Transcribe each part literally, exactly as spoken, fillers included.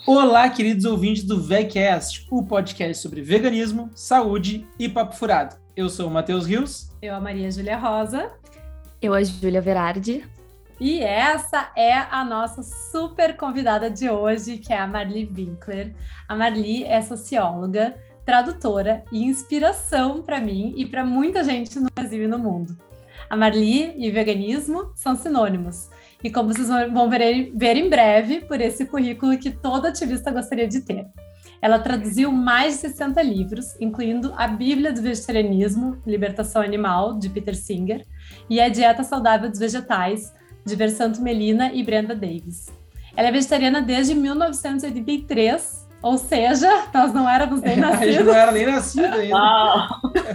Olá, queridos ouvintes do VegCast, o podcast sobre veganismo, saúde e papo furado. Eu sou o Matheus Rios. Eu, a Maria Júlia Rosa. Eu, a Júlia Verardi. E essa é a nossa super convidada de hoje, que é a Marli Winkler. A Marli é socióloga, tradutora e inspiração para mim e para muita gente no Brasil e no mundo. A Marli e veganismo são sinônimos. E como vocês vão ver, ver em breve, por esse currículo que todo ativista gostaria de ter. Ela traduziu mais de sessenta livros, incluindo a Bíblia do Vegetarianismo, Libertação Animal, de Peter Singer, e a Dieta Saudável dos Vegetais, de Versanto Melina e Brenda Davis. Ela é vegetariana desde mil novecentos e oitenta e três, ou seja, nós não éramos nem nascidos. A gente não era nem nascido ainda.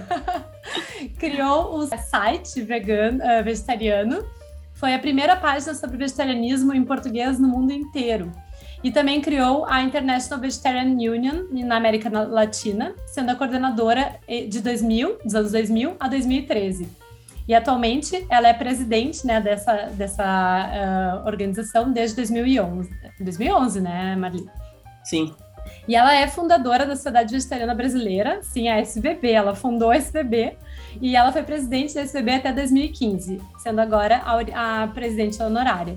Criou o site vegano, uh, vegetariano. Foi a primeira página sobre vegetarianismo em português no mundo inteiro. E também criou a International Vegetarian Union na América Latina, sendo a coordenadora de dois mil, dos anos dois mil a dois mil e treze. E atualmente ela é presidente, né, dessa, dessa uh, organização desde dois mil e onze. dois mil e onze, né, Marli? Sim. E ela é fundadora da Sociedade Vegetariana Brasileira, sim, a S V B, ela fundou a S V B, e ela foi presidente da S V B até dois mil e quinze, sendo agora a, a presidente honorária.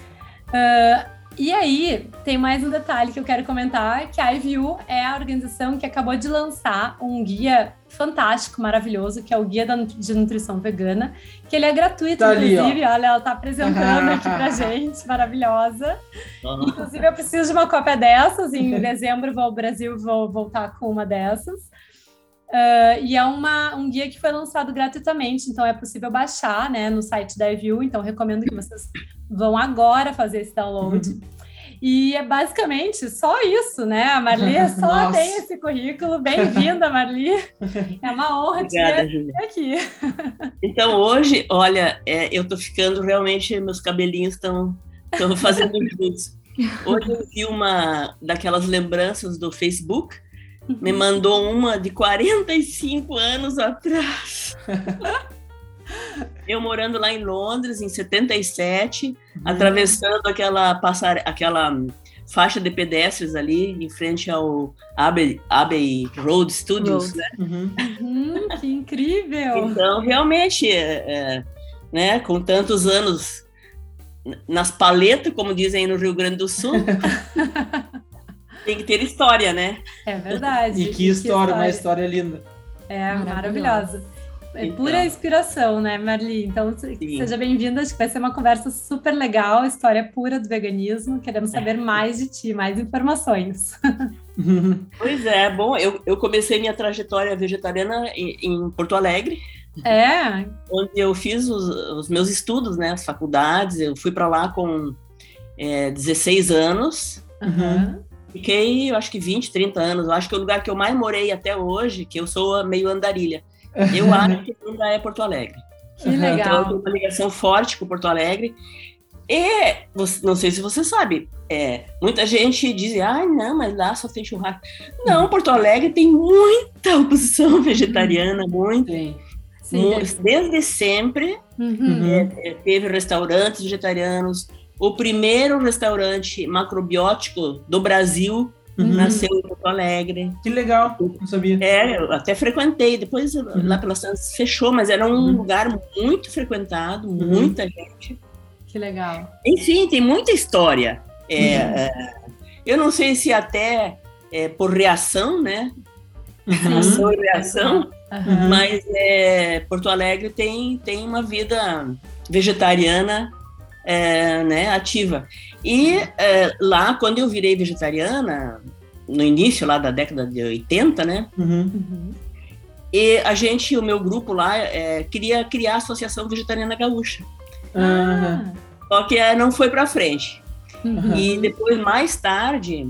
Uh, e aí, tem mais um detalhe que eu quero comentar, que a I V U é a organização que acabou de lançar um guia fantástico, maravilhoso, que é o Guia de Nutrição Vegana, que ele é gratuito, tá inclusive, ali, olha, ela tá apresentando aqui pra gente, maravilhosa. Uhum. Inclusive, eu preciso de uma cópia dessas, em dezembro vou ao Brasil e vou voltar com uma dessas. Uh, e é uma, um guia que foi lançado gratuitamente, então é possível baixar, né, no site da I V U, então recomendo que vocês vão agora fazer esse download. Uhum. E é basicamente só isso, né? A Marli só tem esse currículo. Bem-vinda, Marli. É uma honra Obrigada, te ter aqui. Então, hoje, olha, é, eu tô ficando realmente, meus cabelinhos estão fazendo isso. Hoje eu vi uma daquelas lembranças do Facebook, me mandou uma de quarenta e cinco anos atrás. Eu morando lá em Londres, em setenta e sete, uhum. atravessando aquela, passare... aquela faixa de pedestres ali, em frente ao Abbey, Abbey Road Studios, Road. né? Uhum. Uhum, que incrível! Então, realmente, é, é, né, com tantos anos nas paletas, como dizem no Rio Grande do Sul, tem que ter história, né? É verdade. E que, que história, uma história linda. É, maravilhosa. É então, pura inspiração, né, Marli? Então, sim. Seja bem-vinda, acho que vai ser uma conversa super legal, história pura do veganismo, queremos saber mais de ti, mais informações. Pois é, bom, eu, eu comecei minha trajetória vegetariana em, em Porto Alegre, é. onde eu fiz os, os meus estudos, né, as faculdades, eu fui para lá com é, dezesseis anos, uhum. Fiquei, eu acho que vinte, trinta anos, eu acho que o lugar que eu mais morei até hoje, que eu sou meio andarilha, eu acho que ainda é Porto Alegre. Que legal. Então, eu tenho uma ligação forte com Porto Alegre. E, não sei se você sabe, é, muita gente diz, ah, não, mas lá só tem churrasco. Não, Porto Alegre tem muita opção vegetariana, muito. Sim. Muito, desde sempre, uhum. é, teve restaurantes vegetarianos. O primeiro restaurante macrobiótico do Brasil Uhum. nasceu em Porto Alegre. Que legal, não sabia. É, eu até frequentei, depois uhum. lá pelas tantas fechou, mas era um uhum. lugar muito frequentado, uhum. muita gente. Que legal. Enfim, tem muita história. É, uhum. é, eu não sei se até é, por reação, né? Uhum. Ação e reação, uhum. mas é, Porto Alegre tem, tem uma vida vegetariana É, né, ativa. E é, lá, quando eu virei vegetariana, no início lá da década de oitenta, né, uhum. Uhum. e a gente, o meu grupo lá, é, queria criar a Associação Vegetariana Gaúcha. Ah. Só que é, não foi para frente. Uhum. E depois, mais tarde,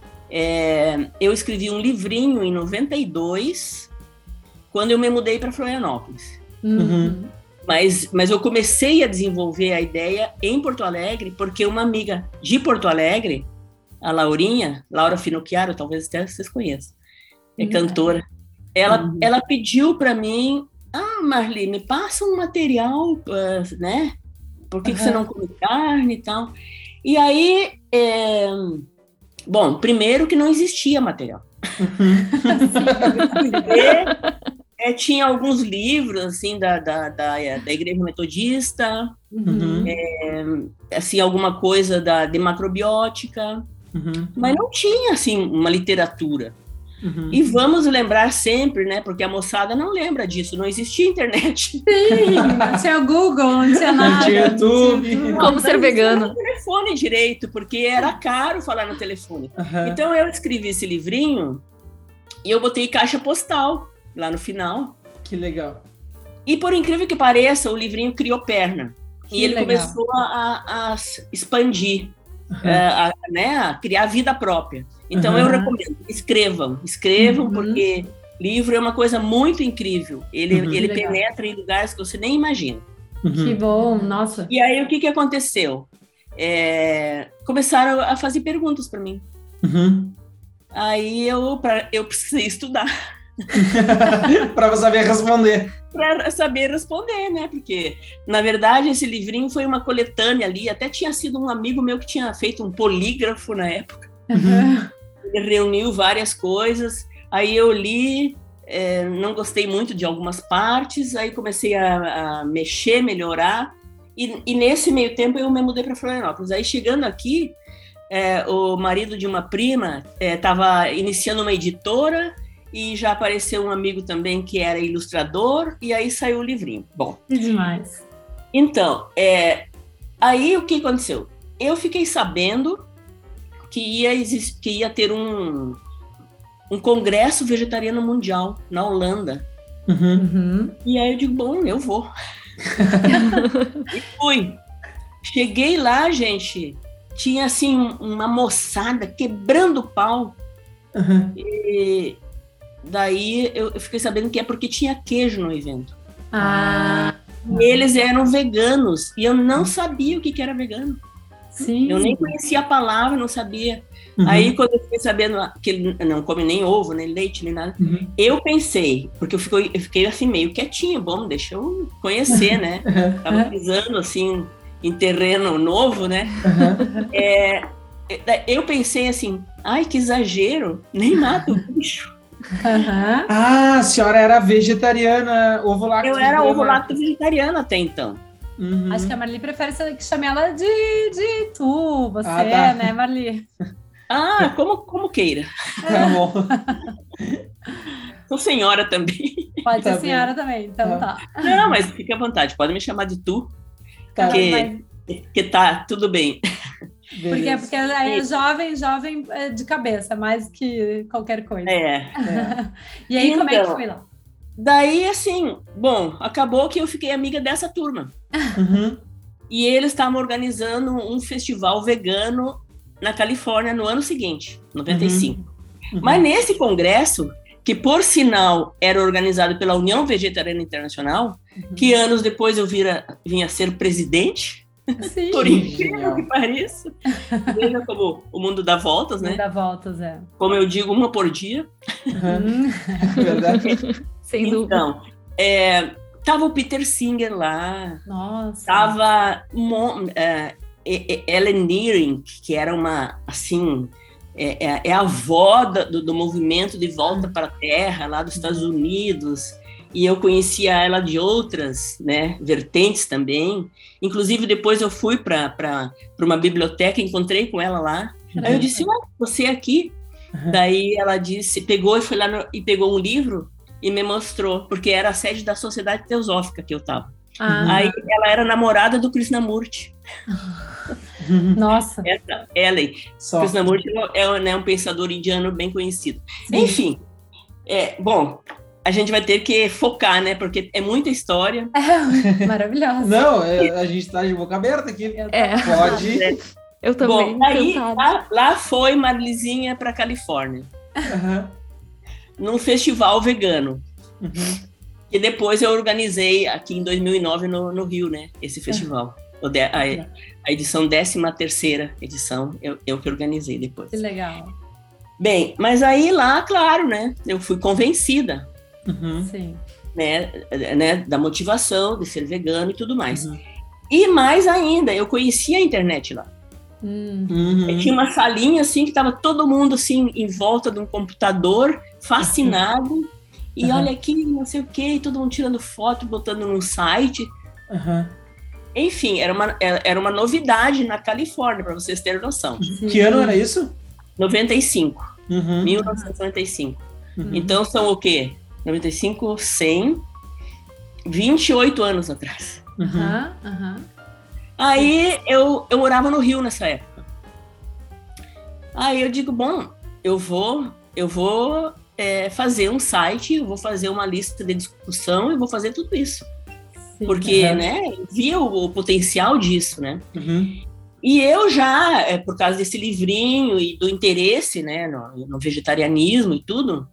é, eu escrevi um livrinho em noventa e dois, quando eu me mudei para Florianópolis. Uhum. Mas, mas eu comecei a desenvolver a ideia em Porto Alegre, porque uma amiga de Porto Alegre, a Laurinha, Laura Finocchiaro, talvez até vocês conheçam, é cantora, ela, uhum. ela pediu para mim, ah, Marli, me passa um material, uh, né? Por que, uhum. que você não come carne e tal? E aí, é, Bom, primeiro que não existia material. É, tinha alguns livros, assim, da, da, da, da Igreja Metodista, Uhum. é, assim, alguma coisa da, de macrobiótica, Uhum. mas não tinha, assim, uma literatura. Uhum. E vamos lembrar sempre, né, porque a moçada não lembra disso, não existia internet. Sim, não tinha Google, não tinha nada. Não tinha YouTube. Não tinha- Como ser vegano. Não tinha telefone direito, porque era caro falar no telefone. Uhum. Então eu escrevi esse livrinho e eu botei caixa postal lá no final. Que legal. E por incrível que pareça, o livrinho criou perna. Que e ele legal. começou a, a expandir, Uhum. a, a, né, a criar vida própria. Então Uhum. eu recomendo, escrevam, escrevam, Uhum. porque livro é uma coisa muito incrível. Ele, Uhum. ele Que legal. penetra em lugares que você nem imagina. Uhum. Que bom, nossa. E aí o que, que aconteceu? É, começaram a fazer perguntas para mim. Uhum. Aí eu, pra, eu precisei estudar Para saber responder. para saber responder, né? Porque, na verdade, esse livrinho foi uma coletânea ali. Até tinha sido um amigo meu que tinha feito um polígrafo na época. Uhum. Ele reuniu várias coisas. Aí eu li, é, não gostei muito de algumas partes. Aí comecei a, a mexer, melhorar. E, e nesse meio tempo eu me mudei para Florianópolis. Aí chegando aqui, é, o marido de uma prima estava é, iniciando uma editora. E já apareceu um amigo também que era ilustrador, e aí saiu o livrinho. Bom, Que demais. então, é, aí o que aconteceu? Eu fiquei sabendo que ia, exist, que ia ter um, um congresso vegetariano mundial na Holanda. Uhum. Uhum. E aí eu digo, bom, eu vou. E fui. Cheguei lá, gente, tinha assim uma moçada quebrando o pau. Uhum. E daí eu fiquei sabendo que é porque tinha queijo no evento. Ah, E eles eram veganos e eu não sabia o que, que era vegano. sim. Eu nem conhecia a palavra, não sabia. Uhum. Aí quando eu fiquei sabendo que ele não come nem ovo, nem leite, nem nada, Uhum. eu pensei, porque eu fiquei, eu fiquei assim meio quietinha, bom, deixa eu conhecer, né? Uhum. Tava pisando assim em terreno novo, né? Uhum. É, eu pensei assim, ai que exagero, nem mata o bicho. Aham. Ah, a senhora era vegetariana, ovo lacto. Eu era ovo lacto vegetariana até então. Uhum. Acho que a Marli prefere que chame ela de, de tu, você, Ah, tá. né, Marli? Ah, como, como queira. Tá bom. Sou senhora também. Pode Tá ser senhora também, então tá. Não, mas fique à vontade, pode me chamar de tu, Tá. porque, Mas- porque tá tudo bem. porque, Beleza. porque ela é jovem, jovem é, de cabeça, mais que qualquer coisa. É. É. E aí, como é que Então. foi lá? Daí, assim, bom, acabou que eu fiquei amiga dessa turma. Uhum. E eles estavam organizando um festival vegano na Califórnia no ano seguinte, noventa e cinco. Uhum. Mas nesse congresso, que por sinal era organizado pela União Vegetariana Internacional, Uhum. que anos depois eu vira, vinha ser presidente, Sim. por incrível Genial. que pareça. Veja como o mundo dá voltas, né? Dá voltas, é. Como eu digo, uma por dia. Uhum. Hum. Verdade. Sem dúvida. Então, é, tava o Peter Singer lá, Nossa. tava Mo, é, Ellen Nearing, que era uma, assim, é, é, é a avó do, do movimento de volta para a Terra, lá dos Estados Unidos, e eu conhecia ela de outras, né, vertentes também. Inclusive, depois eu fui para uma biblioteca, encontrei com ela lá. Aí eu disse, ué, você aqui? Uhum. Daí ela disse, pegou e foi lá no, e pegou um livro e me mostrou, porque era a sede da Sociedade Teosófica que eu estava. Ah, Aí ela era namorada do Krishnamurti. Uhum. nossa. Essa Ellen. Só. Krishnamurti é, né, um pensador indiano bem conhecido. Sim. Enfim, é, bom, a gente vai ter que focar, né? Porque é muita história. É, maravilhosa. Não, é, a gente tá de boca aberta aqui. Eu- É, Pode. eu também. Bom, aí cansada. lá, lá foi Marlizinha para Califórnia, Uhum. num festival vegano. Uhum. E depois eu organizei aqui em dois mil e nove no, no Rio, né? Esse festival. O de- a, a edição, décima terceira edição, eu, eu que organizei depois. Que legal. Bem, mas aí lá, claro, né? Eu fui convencida, Uhum. Sim. né, né? Da motivação de ser vegano e tudo mais. Uhum. E mais ainda, eu conhecia a internet lá. Hum. Uhum. Tinha uma salinha assim que estava todo mundo assim em volta de um computador, fascinado. E Uhum. olha aqui, não sei o quê, todo mundo tirando foto, botando num site. Uhum. Enfim, era uma, era uma novidade na Califórnia, para vocês terem noção. Que ano era isso? noventa e cinco. Uhum. mil novecentos e noventa e cinco. Uhum. Então são o quê? noventa e cinco, cem, vinte e oito anos atrás. Uhum. Aham, aham. Aí eu, eu morava no Rio nessa época. Aí eu digo, bom, eu vou, eu vou é, fazer um site, eu vou fazer uma lista de discussão e vou fazer tudo isso. Sim. Porque, Uhum. né, eu via o, o potencial disso, né? Uhum. E eu já, é, por causa desse livrinho e do interesse, né, no, no vegetarianismo e tudo,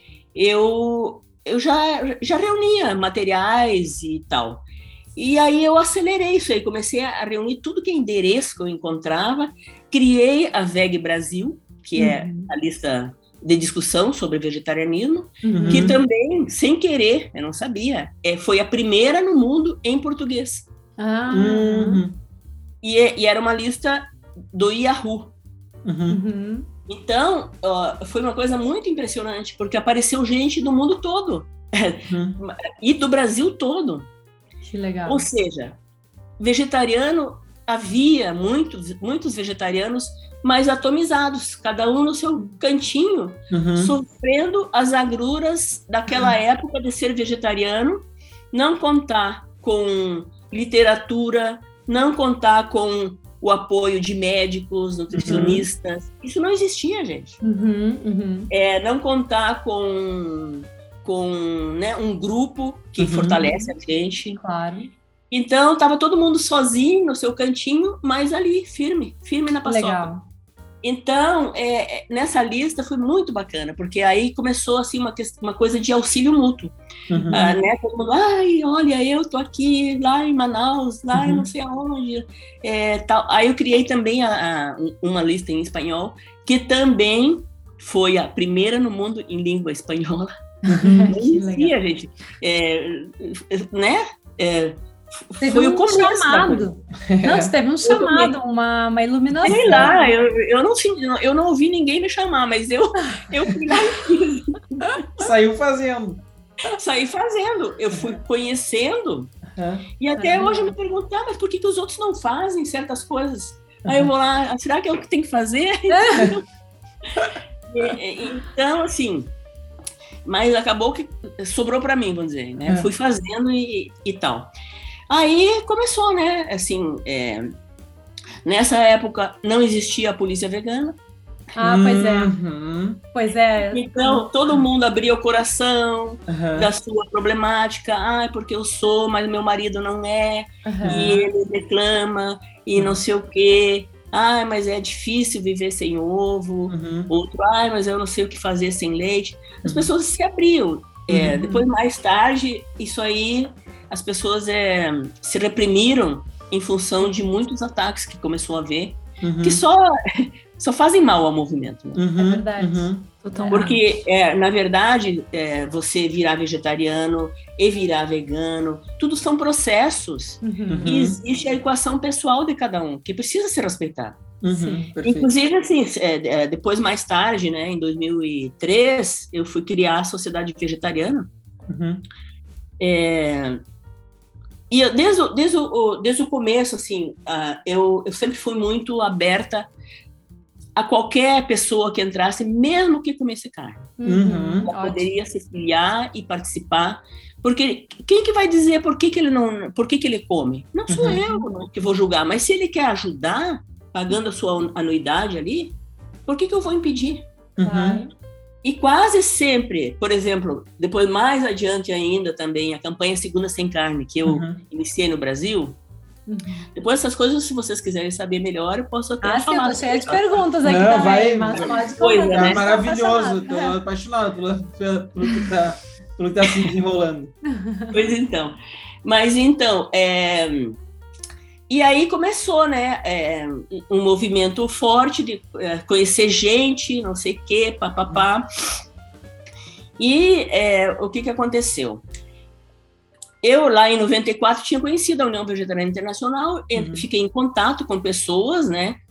eu, eu já, já reunia materiais e tal. E aí eu acelerei isso aí, comecei a reunir tudo que é endereço que eu encontrava, criei a Veg Brasil, que é Uhum. a lista de discussão sobre vegetarianismo, Uhum. que também, sem querer, eu não sabia, é, foi a primeira no mundo em português. Ah, Uhum. E, e era uma lista do Yahoo. Uhum. uhum. Então, ó, foi uma coisa muito impressionante, porque apareceu gente do mundo todo, Uhum. e do Brasil todo. Que legal. Ou seja, vegetariano, havia muitos, muitos vegetarianos mais atomizados, cada um no seu cantinho, Uhum. sofrendo as agruras daquela época de ser vegetariano, não contar com literatura, não contar com o apoio de médicos, nutricionistas. Uhum. Isso não existia, gente. Uhum, uhum. É, não contar com, com né, um grupo que Uhum. fortalece a gente. Claro. Então, estava todo mundo sozinho no seu cantinho, mas ali, firme, firme na paçoca. Legal. Então, é, nessa lista foi muito bacana, porque aí começou assim uma, uma coisa de auxílio mútuo. Uhum. Ah, né? Todo mundo, ai, olha, eu tô aqui lá em Manaus, lá Uhum. em não sei aonde. É, tal. Aí eu criei também a, a, uma lista em espanhol, que também foi a primeira no mundo em língua espanhola. Uhum. Não existia, gente. É, né? É, Teve foi um o começo da chamado. Não, você teve um chamado, uma, uma iluminação. Sei lá, eu, eu, não, eu não ouvi ninguém me chamar, mas eu, eu fui lá e fiz. Saiu fazendo. Saí fazendo, eu fui conhecendo, Uhum. e até Uhum. hoje eu me pergunto, ah, mas por que, que os outros não fazem certas coisas? Uhum. Aí eu vou lá, será que é o que tem que fazer? e, então, assim, mas acabou que sobrou para mim, vamos dizer, né? É. Fui fazendo e, e tal. Aí começou, né, assim, é, nessa época não existia a polícia vegana. Ah, pois é. Uhum. Pois é. Então, todo mundo abria o coração Uhum. da sua problemática. Ah, porque eu sou, mas meu marido não é. Uhum. E ele reclama, e não sei o quê. Ah, mas é difícil viver sem ovo. Uhum. Outro, ah, mas eu não sei o que fazer sem leite. As Uhum. pessoas se abriam. É, Uhum. depois, mais tarde, isso aí, as pessoas é, se reprimiram em função de muitos ataques que começou a haver, Uhum. que só, só fazem mal ao movimento. Né? Uhum. É verdade. Uhum. Totalmente. Porque, é, na verdade, é, você virar vegetariano e virar vegano, tudo são processos. Uhum. E existe a equação pessoal de cada um, que precisa ser respeitada. Uhum. Sim. Perfeito. Inclusive, assim, é, é, depois, mais tarde, né, em dois mil e três, eu fui criar a Sociedade Vegetariana. Uhum. É, e eu, desde, o, desde, o, desde o começo, assim, uh, eu, eu sempre fui muito aberta a qualquer pessoa que entrasse, mesmo que comesse carne. Uhum. Ela poderia se filiar e participar, porque quem que vai dizer por que, que ele não, por que, que ele come? Não sou Uhum. eu não, que vou julgar, mas se ele quer ajudar, pagando a sua anuidade ali, por que, que eu vou impedir? Uhum. Claro. E quase sempre, por exemplo, depois mais adiante ainda também, a campanha Segunda Sem Carne, que eu Uhum. iniciei no Brasil. Uhum. Depois essas coisas, se vocês quiserem saber melhor, eu posso até Ah, sim, eu falar. tô cheia de perguntas aqui Não, também, vai- mas pode Coisa, comentar. né? É maravilhoso. Tô Tô apaixonado pelo, pelo, pelo, que tá, pelo que tá se desenrolando. Pois então. Mas então, é... e aí começou, né, é, um movimento forte de é, conhecer gente, não sei o quê, papapá. E é, o que que aconteceu? Eu, lá em noventa e quatro, tinha conhecido a União Vegetariana Internacional, Uhum. fiquei em contato com pessoas, né,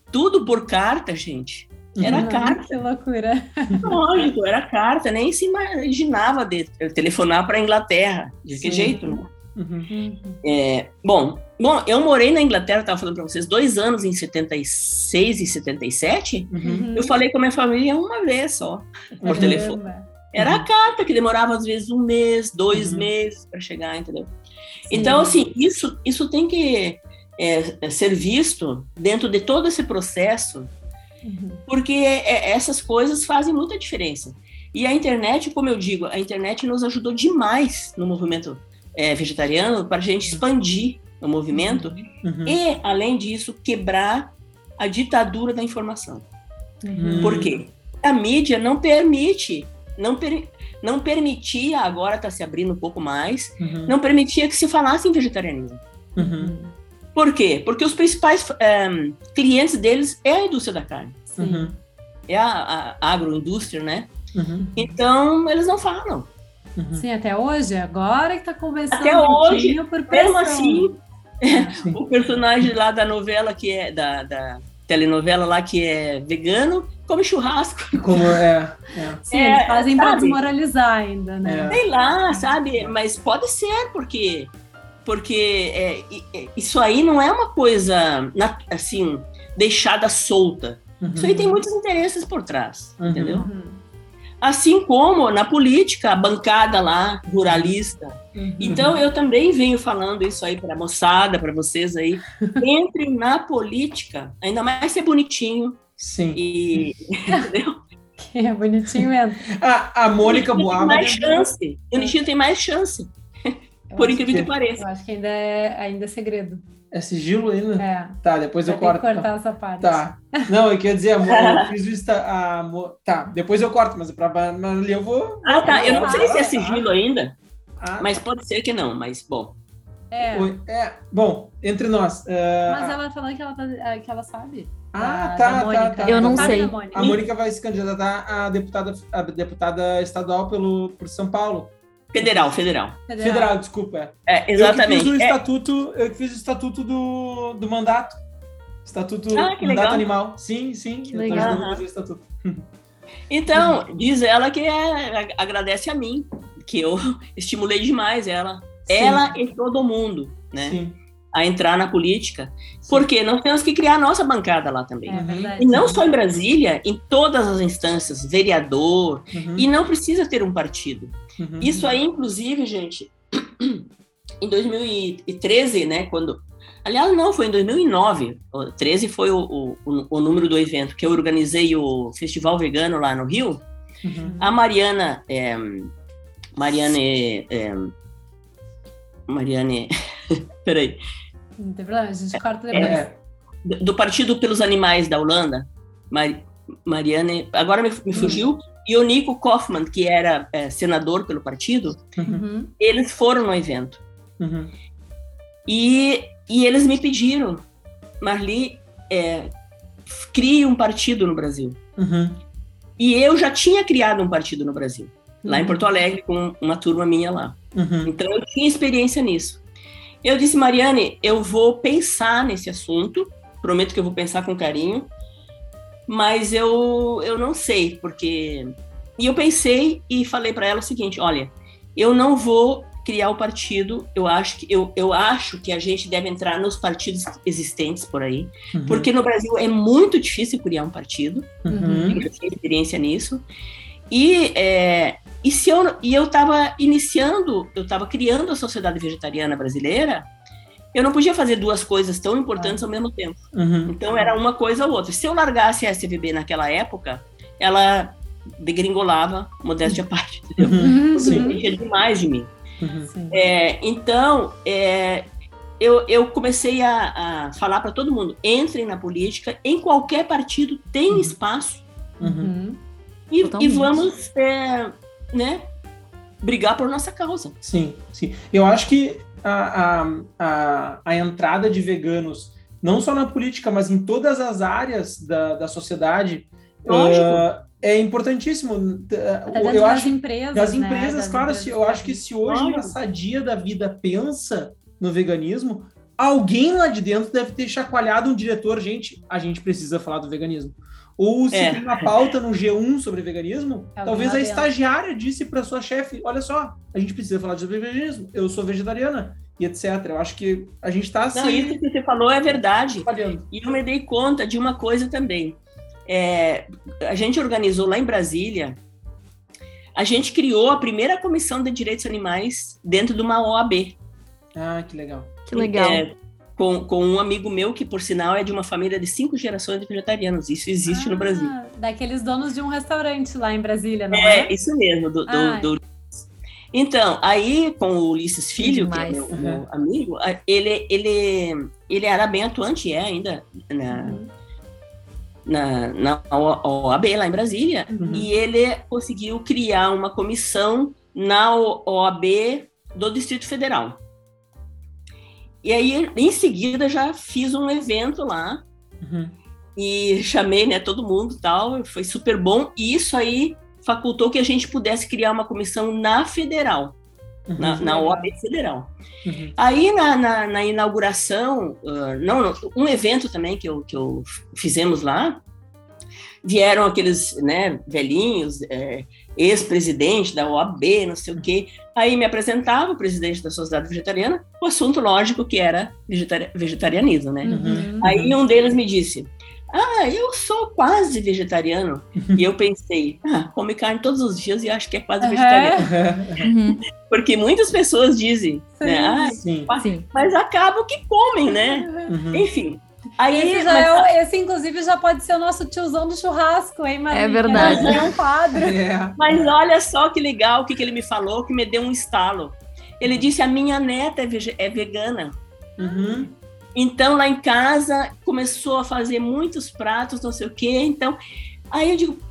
tudo por carta, gente. Era Uhum. carta. Que loucura. Lógico, era carta. Nem se imaginava de telefonar para a Inglaterra. De que Sim. jeito, né? Uhum. É, bom, bom, eu morei na Inglaterra, estava falando para vocês, dois anos em setenta e seis e setenta e sete. Uhum. Eu falei com a minha família uma vez só, por Caramba. telefone. Era a carta que demorava às vezes um mês, dois Uhum. meses para chegar, entendeu? Sim. Então, assim, isso, isso tem que é, ser visto dentro de todo esse processo, Uhum. porque é, essas coisas fazem muita diferença. E a internet, como eu digo, a internet nos ajudou demais no movimento é, vegetariano para a gente expandir o movimento Uhum. e, além disso, quebrar a ditadura da informação. Uhum. Por quê? A mídia não permite, não, per, não permitia, agora está se abrindo um pouco mais, Uhum. não permitia que se falasse em vegetarianismo. Uhum. Por quê? Porque os principais é, clientes deles é a indústria da carne, Sim. Uhum. é a, a agroindústria, né? Uhum. Então, eles não falam. Uhum. Sim, até hoje, agora que tá começando Até um hoje, pouquinho por pressão. Mesmo assim, Sim. o personagem lá da novela, que é da, da telenovela lá, que é vegano, come churrasco. Como é, é. Sim, É, eles fazem pra sabe? desmoralizar ainda, né? É. Sei lá, sabe? Mas pode ser, porque, porque é, é, isso aí não é uma coisa, na- assim, deixada solta. Uhum. Isso aí tem muitos interesses por trás, Uhum. entendeu? Uhum. Assim como na política, a bancada lá, ruralista. Uhum. Então, eu também venho falando isso aí para a moçada, para vocês aí. Entre na política, ainda mais ser bonitinho Sim. e... Entendeu? Que é bonitinho mesmo. A, a Mônica Bonitinho tem Boaba. mais chance. Bonitinho tem mais chance, Eu por acho incrível que, que- pareça. Eu acho que ainda é, ainda é segredo. É sigilo ainda? É. Tá, depois eu Vai ter corto. que cortar essa parte. Tá. Não, eu queria dizer, amor, eu fiz o Insta, a, mo- tá, depois eu corto, mas pra mas ali eu vou. Ah, tá. Eu não sei se é Ah, sigilo ainda, ah, mas pode ser que não. Mas, bom. É. oi, é, bom, entre nós. é, Mas ela falando que ela, tá, que ela sabe. Ah, Da- tá, da tá, Mônica. tá. Eu não Sabe sei. da Mônica? A Mônica vai se candidatar a deputada, a deputada estadual pelo, por São Paulo. Federal, federal. Federal. Federal, desculpa. É, Eu que exatamente. fiz o É, estatuto, eu que fiz o estatuto do, do mandato. Estatuto Ah, que mandato legal. animal. Sim, sim. Que eu tô legal. ajudando a fazer o estatuto. então, diz ela que é, agradece a mim, que eu estimulei demais ela. Sim. Ela e todo mundo, né? Sim. A entrar na política. Porque nós temos que criar a nossa bancada lá também. É verdade. E não só em Brasília, em todas as instâncias, vereador, Uhum, e não precisa ter um partido. uhum. Isso aí, inclusive, gente, em dois mil e treze, né, quando... Aliás, não, foi em dois mil e nove, o treze foi o, o, o- o número do evento, que eu organizei o Festival Vegano lá no Rio. Uhum. A Mariana... É, Mariane... É, Mariane... Peraí. Não tem problema, a gente corta depois. É, Do do Partido pelos Animais da Holanda, Mar, Mariane... Agora me, me fugiu. E o Nico Kaufmann, que era é, senador pelo partido, uhum, Uhum. eles foram no evento. uhum, E, e eles me pediram, Marli, é, crie um partido no Brasil. uhum, E eu já tinha criado um partido no Brasil, lá em Uhum. Porto Alegre, com uma turma minha lá. uhum, Então, eu tinha experiência nisso. Eu disse, Mariane, eu vou pensar nesse assunto, prometo que eu vou pensar com carinho, mas eu, eu não sei, porque... E eu pensei e falei para ela o seguinte, olha, eu não vou criar o partido, eu acho, que, eu, eu acho que a gente deve entrar nos partidos existentes por aí, uhum, porque no Brasil é muito difícil criar um partido, uhum, eu já tinha experiência nisso, e, é, e se eu e eu estava iniciando, eu estava criando a Sociedade Vegetariana Brasileira, eu não podia fazer duas coisas tão importantes ao mesmo tempo. uhum, Então era uma coisa ou outra. Se eu largasse a S V B naquela época, ela degringolava, modéstia à parte, entendeu? uhum, Uhum. sim, Dependia demais de mim. uhum, Sim. É, então, é, eu, eu comecei a, a falar para todo mundo, entrem na política, em qualquer partido tem Uhum. espaço, uhum. Uhum. e, Totalmente. e vamos, é, né, brigar por nossa causa. Sim, sim. Eu acho que a, a, a, a entrada de veganos, não só na política, mas em todas as áreas da, da sociedade, Lógico. uh, é importantíssimo. Até Eu dentro das acho empresas, das né? empresas, Das claro, empresas se, eu acho que se hoje Lógico. uma sadia da vida pensa no veganismo, alguém lá de dentro deve ter chacoalhado um diretor, gente, a gente precisa falar do veganismo. Ou se é. tem uma pauta no G um sobre veganismo, é talvez a estagiária disse para sua chefe, olha só, a gente precisa falar sobre veganismo, eu sou vegetariana, e etcétera. Eu acho que a gente está assim... Não, isso que você falou é verdade. E eu me dei conta de uma coisa também. É, a gente organizou lá em Brasília, a gente criou a primeira comissão de direitos animais dentro de uma O A B. Ah, que legal. Que legal. É, com, com um amigo meu, que por sinal é de uma família de cinco gerações de vegetarianos. Isso existe ah, no Brasil. Daqueles donos de um restaurante lá em Brasília, não é? É, isso mesmo, do, ah, do, do... Então, aí com o Ulisses Filho, que é meu, uhum. meu amigo, ele, ele, ele era bem atuante, é ainda, na, uhum. na, na O A B lá em Brasília, uhum. e ele conseguiu criar uma comissão na O A B do Distrito Federal. E aí, em seguida, já fiz um evento lá, uhum. e chamei, né, todo mundo e tal, foi super bom, e isso aí facultou que a gente pudesse criar uma comissão na federal, uhum. na, na O A B federal. Uhum. Aí, na, na, na inauguração, uh, não, não, um evento também que eu, que eu fizemos lá, vieram aqueles, né, velhinhos, é, ex-presidente da O A B, não sei o quê. Aí me apresentava o presidente da Sociedade Vegetariana, o assunto lógico que era vegetari- vegetarianismo, né? Uhum. Aí um deles me disse, ah, eu sou quase vegetariano. E eu pensei, ah, come carne todos os dias e acho que é quase uhum. vegetariano. Uhum. Porque muitas pessoas dizem, sim, né? Ah, sim, sim. Mas acabam que comem, né? Uhum. Enfim. Aí, esse, já mas... é, esse, inclusive, já pode ser o nosso tiozão do churrasco, hein, Maria? É verdade. É um quadro. É. Mas olha só que legal o que, que ele me falou, que me deu um estalo. Ele disse, a minha neta é, vege- é vegana. Uhum. Então, lá em casa, começou a fazer muitos pratos, não sei o quê. Então, aí eu digo,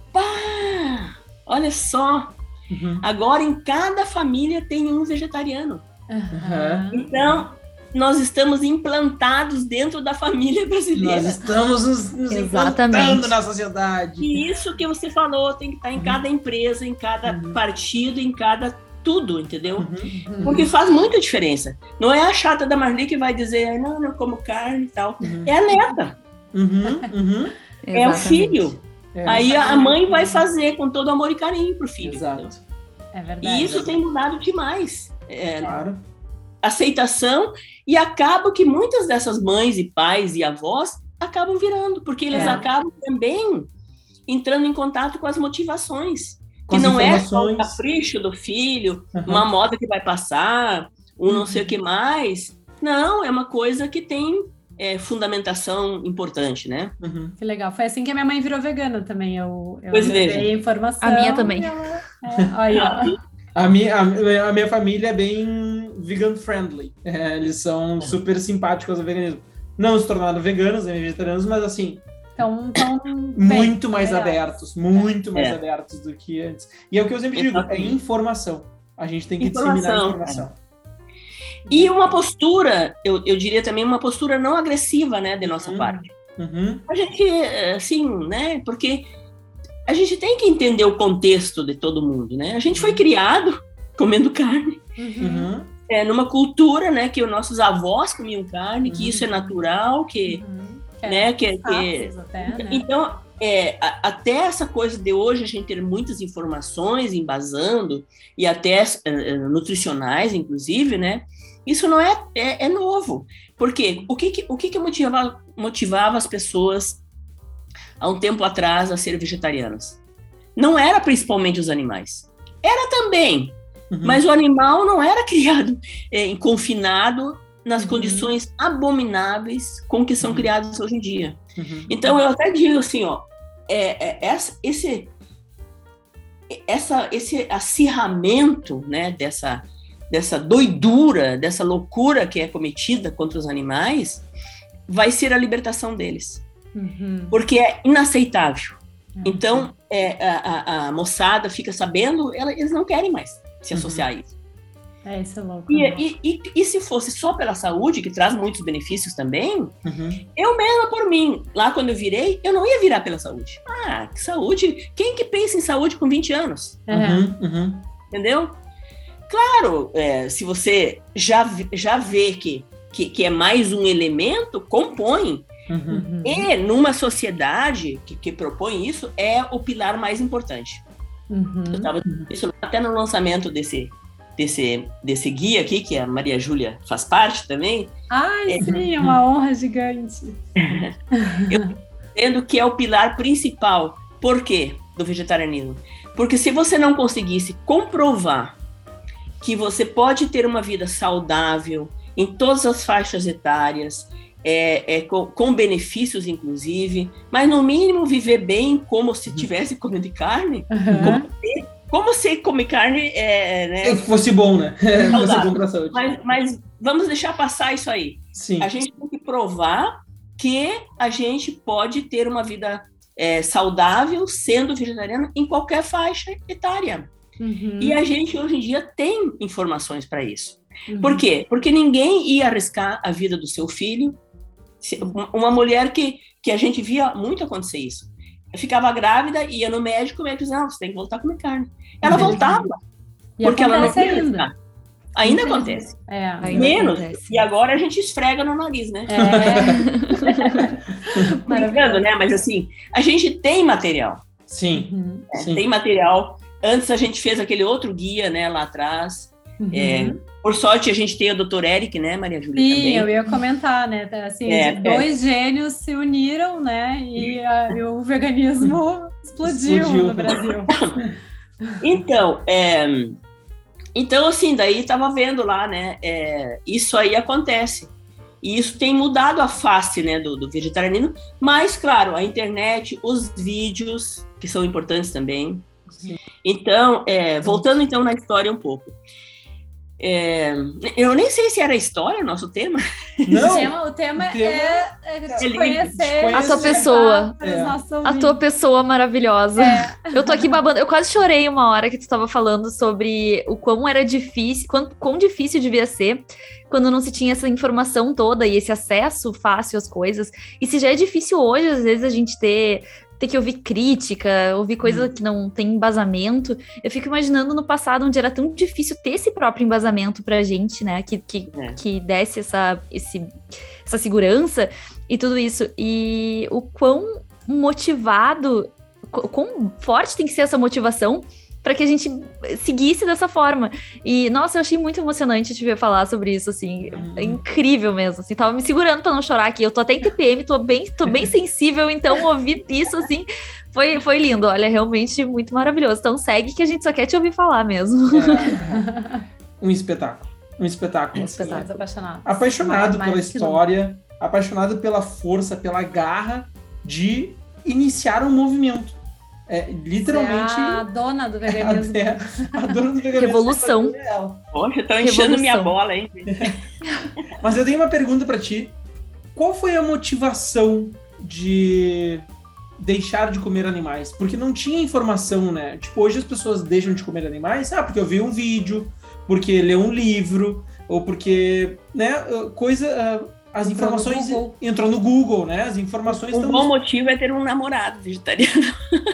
pá, olha só. Uhum. Agora, em cada família tem um vegetariano. Uhum. Então... nós estamos implantados dentro da família brasileira. Nós estamos nos, nos implantando na sociedade. E isso que você falou tem que estar em uhum. cada empresa, em cada uhum. partido, em cada tudo, entendeu? Uhum. Porque faz muita diferença. Não é a chata da Marli que vai dizer, não, eu como carne e tal. Uhum. É a neta. Uhum. Uhum. É o filho. É. Aí a mãe vai fazer com todo amor e carinho pro filho. Exato. É verdade. E isso tem mudado demais. É, claro. Aceitação, e acaba que muitas dessas mães e pais e avós acabam virando, porque eles é. acabam também entrando em contato com as motivações, com que não é só o capricho do filho, uhum. uma moda que vai passar, um não sei o que mais. Não, é uma coisa que tem é, fundamentação importante, né? Uhum. Que legal. Foi assim que a minha mãe virou vegana também. Eu, eu pois veja. dei informação. A minha também. Ela, é, olha, A minha, a, a minha família é bem vegan friendly. É, eles são super simpáticos ao veganismo. Não se tornaram veganos, nem vegetarianos, mas assim... Então, então muito bem, mais melhor. abertos, muito mais é. abertos do que antes. E é o que eu sempre digo, é informação. A gente tem que informação, disseminar informação. É. E uma postura, eu, eu diria também uma postura não agressiva, né, de nossa uhum. parte. Uhum. A gente, assim, né, porque... a gente tem que entender o contexto de todo mundo, né? A gente foi criado comendo carne, uhum. é, numa cultura, né, que os nossos avós comiam carne, uhum. que isso é natural, que, uhum. né, que, que... até, né? Então, é, a, até essa coisa de hoje a gente ter muitas informações embasando e até uh, nutricionais, inclusive, né? Isso não é, é, é novo. Por quê? O que que, o que, que motivava, motivava as pessoas há um tempo atrás a ser vegetarianas? Não era principalmente os animais. Era também, uhum. mas o animal não era criado, é, confinado nas uhum. condições abomináveis com que são uhum. criados hoje em dia. Uhum. Então, eu até digo assim, ó, é, é, essa, esse, essa, esse acirramento, né, dessa, dessa doidura, dessa loucura que é cometida contra os animais, vai ser a libertação deles. Uhum. Porque é inaceitável. Uhum. Então, é, a, a, a moçada fica sabendo, ela, eles não querem mais se associar uhum. a isso. É, isso é louco. E, e, e, e se fosse só pela saúde, que traz muitos benefícios também, uhum. eu mesma, por mim, lá quando eu virei, eu não ia virar pela saúde. Ah, que saúde? Quem que pensa em saúde com vinte anos? Uhum. Uhum. Entendeu? Claro, é, se você já, já vê que que, que é mais um elemento, compõe. Uhum. E numa sociedade que, que propõe isso, é o pilar mais importante. Uhum. Eu estava isso até no lançamento desse, desse, desse guia aqui, que a Maria Júlia faz parte também. Ai, é, sim, é uma honra gigante. Eu entendo que é o pilar principal. Por quê? Do vegetarianismo. Porque se você não conseguisse comprovar que você pode ter uma vida saudável em todas as faixas etárias, É, é, com, com benefícios, inclusive, mas no mínimo viver bem como se estivesse comendo carne, Uhum. como, se, como se comer carne é, né, fosse bom, né? Fosse bom pra saúde. Mas, mas vamos deixar passar isso aí. Sim. A gente tem que provar que a gente pode ter uma vida é, saudável sendo vegetariano em qualquer faixa etária. Uhum. E a gente, hoje em dia, tem informações para isso. Uhum. Por quê? Porque ninguém ia arriscar a vida do seu filho. Uma mulher que, que a gente via muito acontecer isso. Ficava grávida, ia no médico, o médico dizia, não, você tem que voltar a comer carne. Ela voltava. E porque ela não acontece queria ainda. arriscar. Ainda acontece. É, Ainda Menos. acontece. E agora a gente esfrega no nariz, né? É. Brincando, né? Mas assim, a gente tem material. Sim. Uhum. Né? Sim. Tem material. Antes a gente fez aquele outro guia, né, lá atrás. Uhum. É, por sorte, a gente tem o doutor Eric, né, Maria Júlia? Sim, também. eu ia comentar, né? Assim, É, dois é. gênios se uniram, né? E, a, e o veganismo explodiu, Explodiu no Brasil. Então, é, então, assim, daí estava vendo lá, né? É, isso aí acontece. E isso tem mudado a face, né, do, do vegetarianismo. Mas, claro, a internet, os vídeos, que são importantes também. Sim. Então, é, voltando então na história um pouco. É, eu nem sei se era história o nosso tema. Não, o tema, o tema, o tema é, é te é conhecer. A tua pessoa. É. A tua pessoa maravilhosa. É. Eu tô aqui babando. Eu quase chorei uma hora que tu tava falando sobre o quão era difícil, quão, quão difícil devia ser quando não se tinha essa informação toda e esse acesso fácil às coisas. E se já é difícil hoje, às vezes, a gente ter... ter que ouvir crítica, ouvir coisa que não tem embasamento. Eu fico imaginando no passado, onde era tão difícil ter esse próprio embasamento pra gente, né? Que, que, É. que desse essa, esse, essa segurança e tudo isso. E o quão motivado, o quão forte tem que ser essa motivação para que a gente seguisse dessa forma. E, nossa, eu achei muito emocionante te ver falar sobre isso, assim, é incrível mesmo, assim, tava me segurando para não chorar aqui, eu tô até em T P M, tô bem, tô bem sensível, então ouvir isso, assim, foi, foi lindo, olha, realmente muito maravilhoso. Então segue que a gente só quer te ouvir falar mesmo. É. Um espetáculo, um espetáculo. Um assim. espetáculo. Apaixonado. Apaixonado Mais- pela mais que história, apaixonado pela força, pela garra de iniciar um movimento. É, literalmente... Você é a dona do veganismo. Até a dona do veganismo. Revolução. é ela. Poxa, estão enchendo Revolução. minha bola, hein? Mas eu tenho uma pergunta pra ti. Qual foi a motivação de deixar de comer animais? Porque não tinha informação, né? Tipo, hoje as pessoas deixam de comer animais, ah, porque eu vi um vídeo, porque leu um livro, ou porque, né, coisa... As Entrou no informações... Google. Entrou no Google, né? As informações Um estão... bom motivo é ter um namorado vegetariano.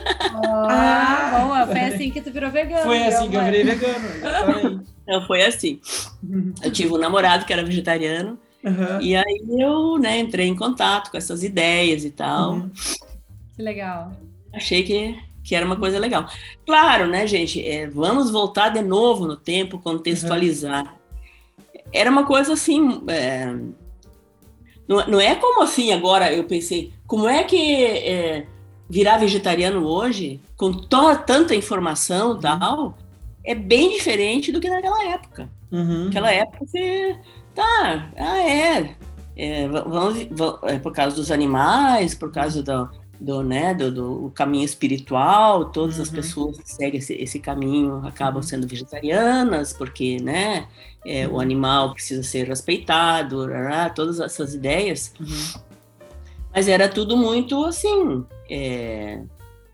Ah, boa, foi assim que tu virou vegano. Foi assim que eu virei né? vegano, exatamente. Então, foi assim. Eu tive um namorado que era vegetariano, Uhum. e aí eu, né, entrei em contato com essas ideias e tal. Uhum. Que legal. Achei que, que era uma coisa legal. Claro, né, gente, é, vamos voltar de novo no tempo, contextualizar. Era uma coisa assim... É, não, não é como assim agora, eu pensei, como é que é, virar vegetariano hoje, com toda, tanta informação e tal, é bem diferente do que naquela época. Uhum. Naquela época você... Tá, ah, é. É, vamos, vamos, é por causa dos animais, por causa do, do, né, do, do caminho espiritual, todas Uhum. as pessoas que seguem esse, esse caminho acabam sendo vegetarianas, porque, né, é, Uhum. o animal precisa ser respeitado, rará, todas essas ideias. Uhum. Mas era tudo muito, assim... É,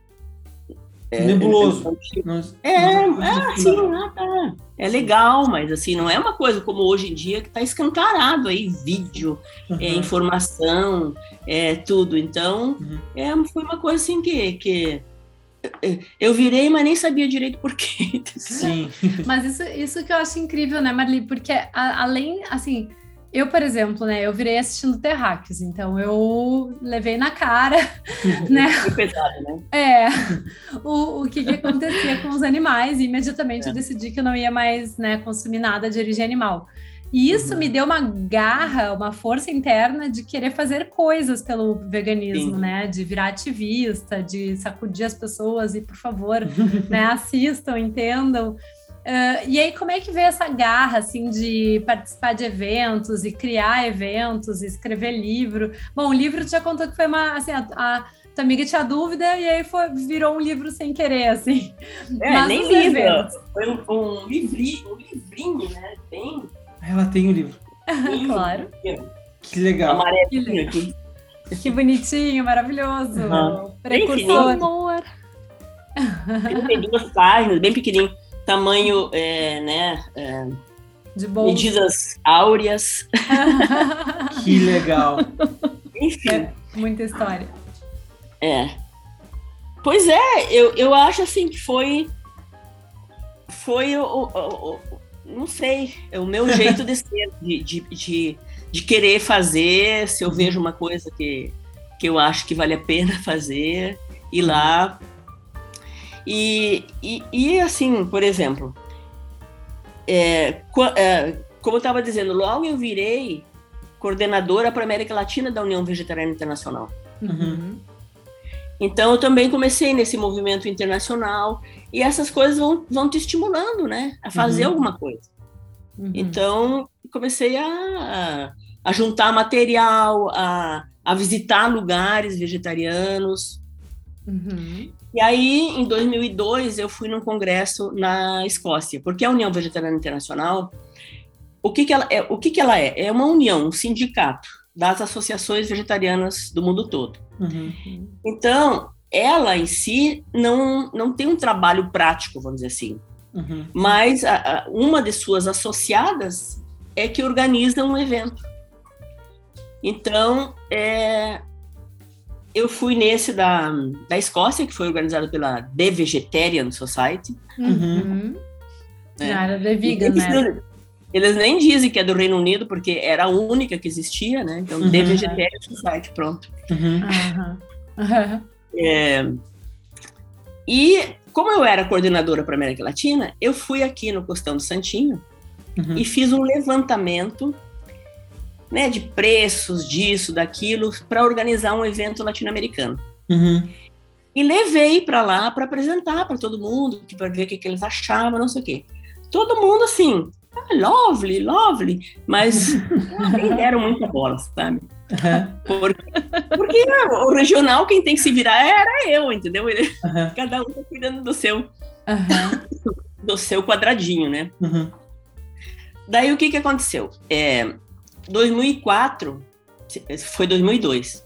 é, Nebuloso. É, é, é assim, ah, tá. É legal, mas assim, não é uma coisa como hoje em dia que está escancarado aí, vídeo, Uhum. é, informação, é, tudo. Então, Uhum. é, foi uma coisa assim que, que eu virei, mas nem sabia direito por quê. Sim. Mas isso, isso que eu acho incrível, né, Marli? Porque a, além, assim, Eu, por exemplo, né, eu virei assistindo Terráqueos, então eu levei na cara, né? Foi pesado, né? É, o, o que, que acontecia com os animais, e imediatamente É. eu decidi que eu não ia mais, né, consumir nada de origem animal. E isso Uhum. me deu uma garra, uma força interna de querer fazer coisas pelo veganismo, Sim. né? De virar ativista, de sacudir as pessoas e, por favor, né, assistam, entendam. Uh, e aí, como é que veio essa garra, assim, de participar de eventos e criar eventos, e escrever livro? Bom, o livro tu já contou que foi uma, assim, a, a tua amiga tinha dúvida e aí foi, virou um livro sem querer, assim. É, Mas nem os livro. eventos. Foi um, um, livrinho, um livrinho, né? Bem, Ela tem o livro. bem Claro. Que legal. amarelinho aqui. Que bonitinho, maravilhoso. Uhum. Precursor. Amor. Tem duas páginas, bem pequenininho. Tamanho, é, né? É, De bolsa. medidas áureas. Que legal. Enfim. É, muita história. É. Pois é, eu, eu acho assim que foi. Foi o. o, o, o não sei, é o meu jeito de ser, de, de, de, de querer fazer. Se eu vejo uma coisa que, que eu acho que vale a pena fazer, ir lá. E, e, e assim, por exemplo, é, é, como eu estava dizendo, logo eu virei coordenadora para a América Latina da União Vegetariana Internacional. Uhum. Então, eu também comecei nesse movimento internacional e essas coisas vão, vão te estimulando, né, a fazer Uhum. alguma coisa. Uhum. Então, comecei a, a juntar material, a, a visitar lugares vegetarianos. Uhum. E aí, em dois mil e dois, eu fui num congresso na Escócia, porque a União Vegetariana Internacional, o que que ela é? O que que ela é? É uma união, um sindicato das associações vegetarianas do mundo todo. Uhum. Então, ela em si não, não tem um trabalho prático, vamos dizer assim, Uhum. mas a, a, uma de suas associadas é que organiza um evento. Então, é, eu fui nesse da, da Escócia, que foi organizado pela The Vegetarian Society. Uhum. É. Na área de vegan, eles, né? eles nem dizem que é do Reino Unido, porque era a única que existia, né? Então, Uhum. The Vegetarian Society, pronto. Uhum. Aham. Aham. É, e como eu era coordenadora para a América Latina, eu fui aqui no Costão do Santinho Uhum. e fiz um levantamento, né, de preços, disso, daquilo, para organizar um evento latino-americano. Uhum. E levei para lá para apresentar para todo mundo, para ver o que, que eles achavam, não sei o quê. Todo mundo assim, ah, lovely, lovely, mas nem deram muita bola, sabe? Uhum. Porque, porque o regional, quem tem que se virar era eu, entendeu? Ele, Uhum. cada um tá cuidando do seu, Aham. do seu quadradinho, né? Uhum. Daí o que que aconteceu? É, dois mil e quatro, foi dois mil e dois.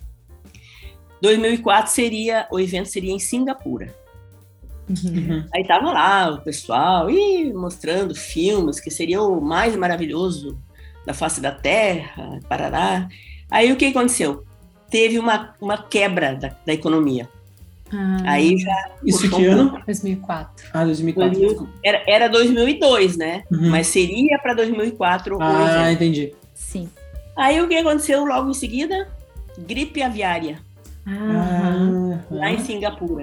dois mil e quatro seria, o evento seria em Singapura. Uhum. Aí tava lá o pessoal ih, mostrando filmes que seria o mais maravilhoso da face da Terra, parará. Aí o que aconteceu? Teve uma, uma quebra da, da economia. Ah, Aí já... Isso que ano? dois mil e quatro. Ah, dois mil e quatro. dois mil, era, era dois mil e dois, né? Uhum. Mas seria para dois mil e quatro o Ah, evento. entendi. Sim. Aí o que aconteceu logo em seguida? Gripe aviária, Aham. Ah, lá em Singapura.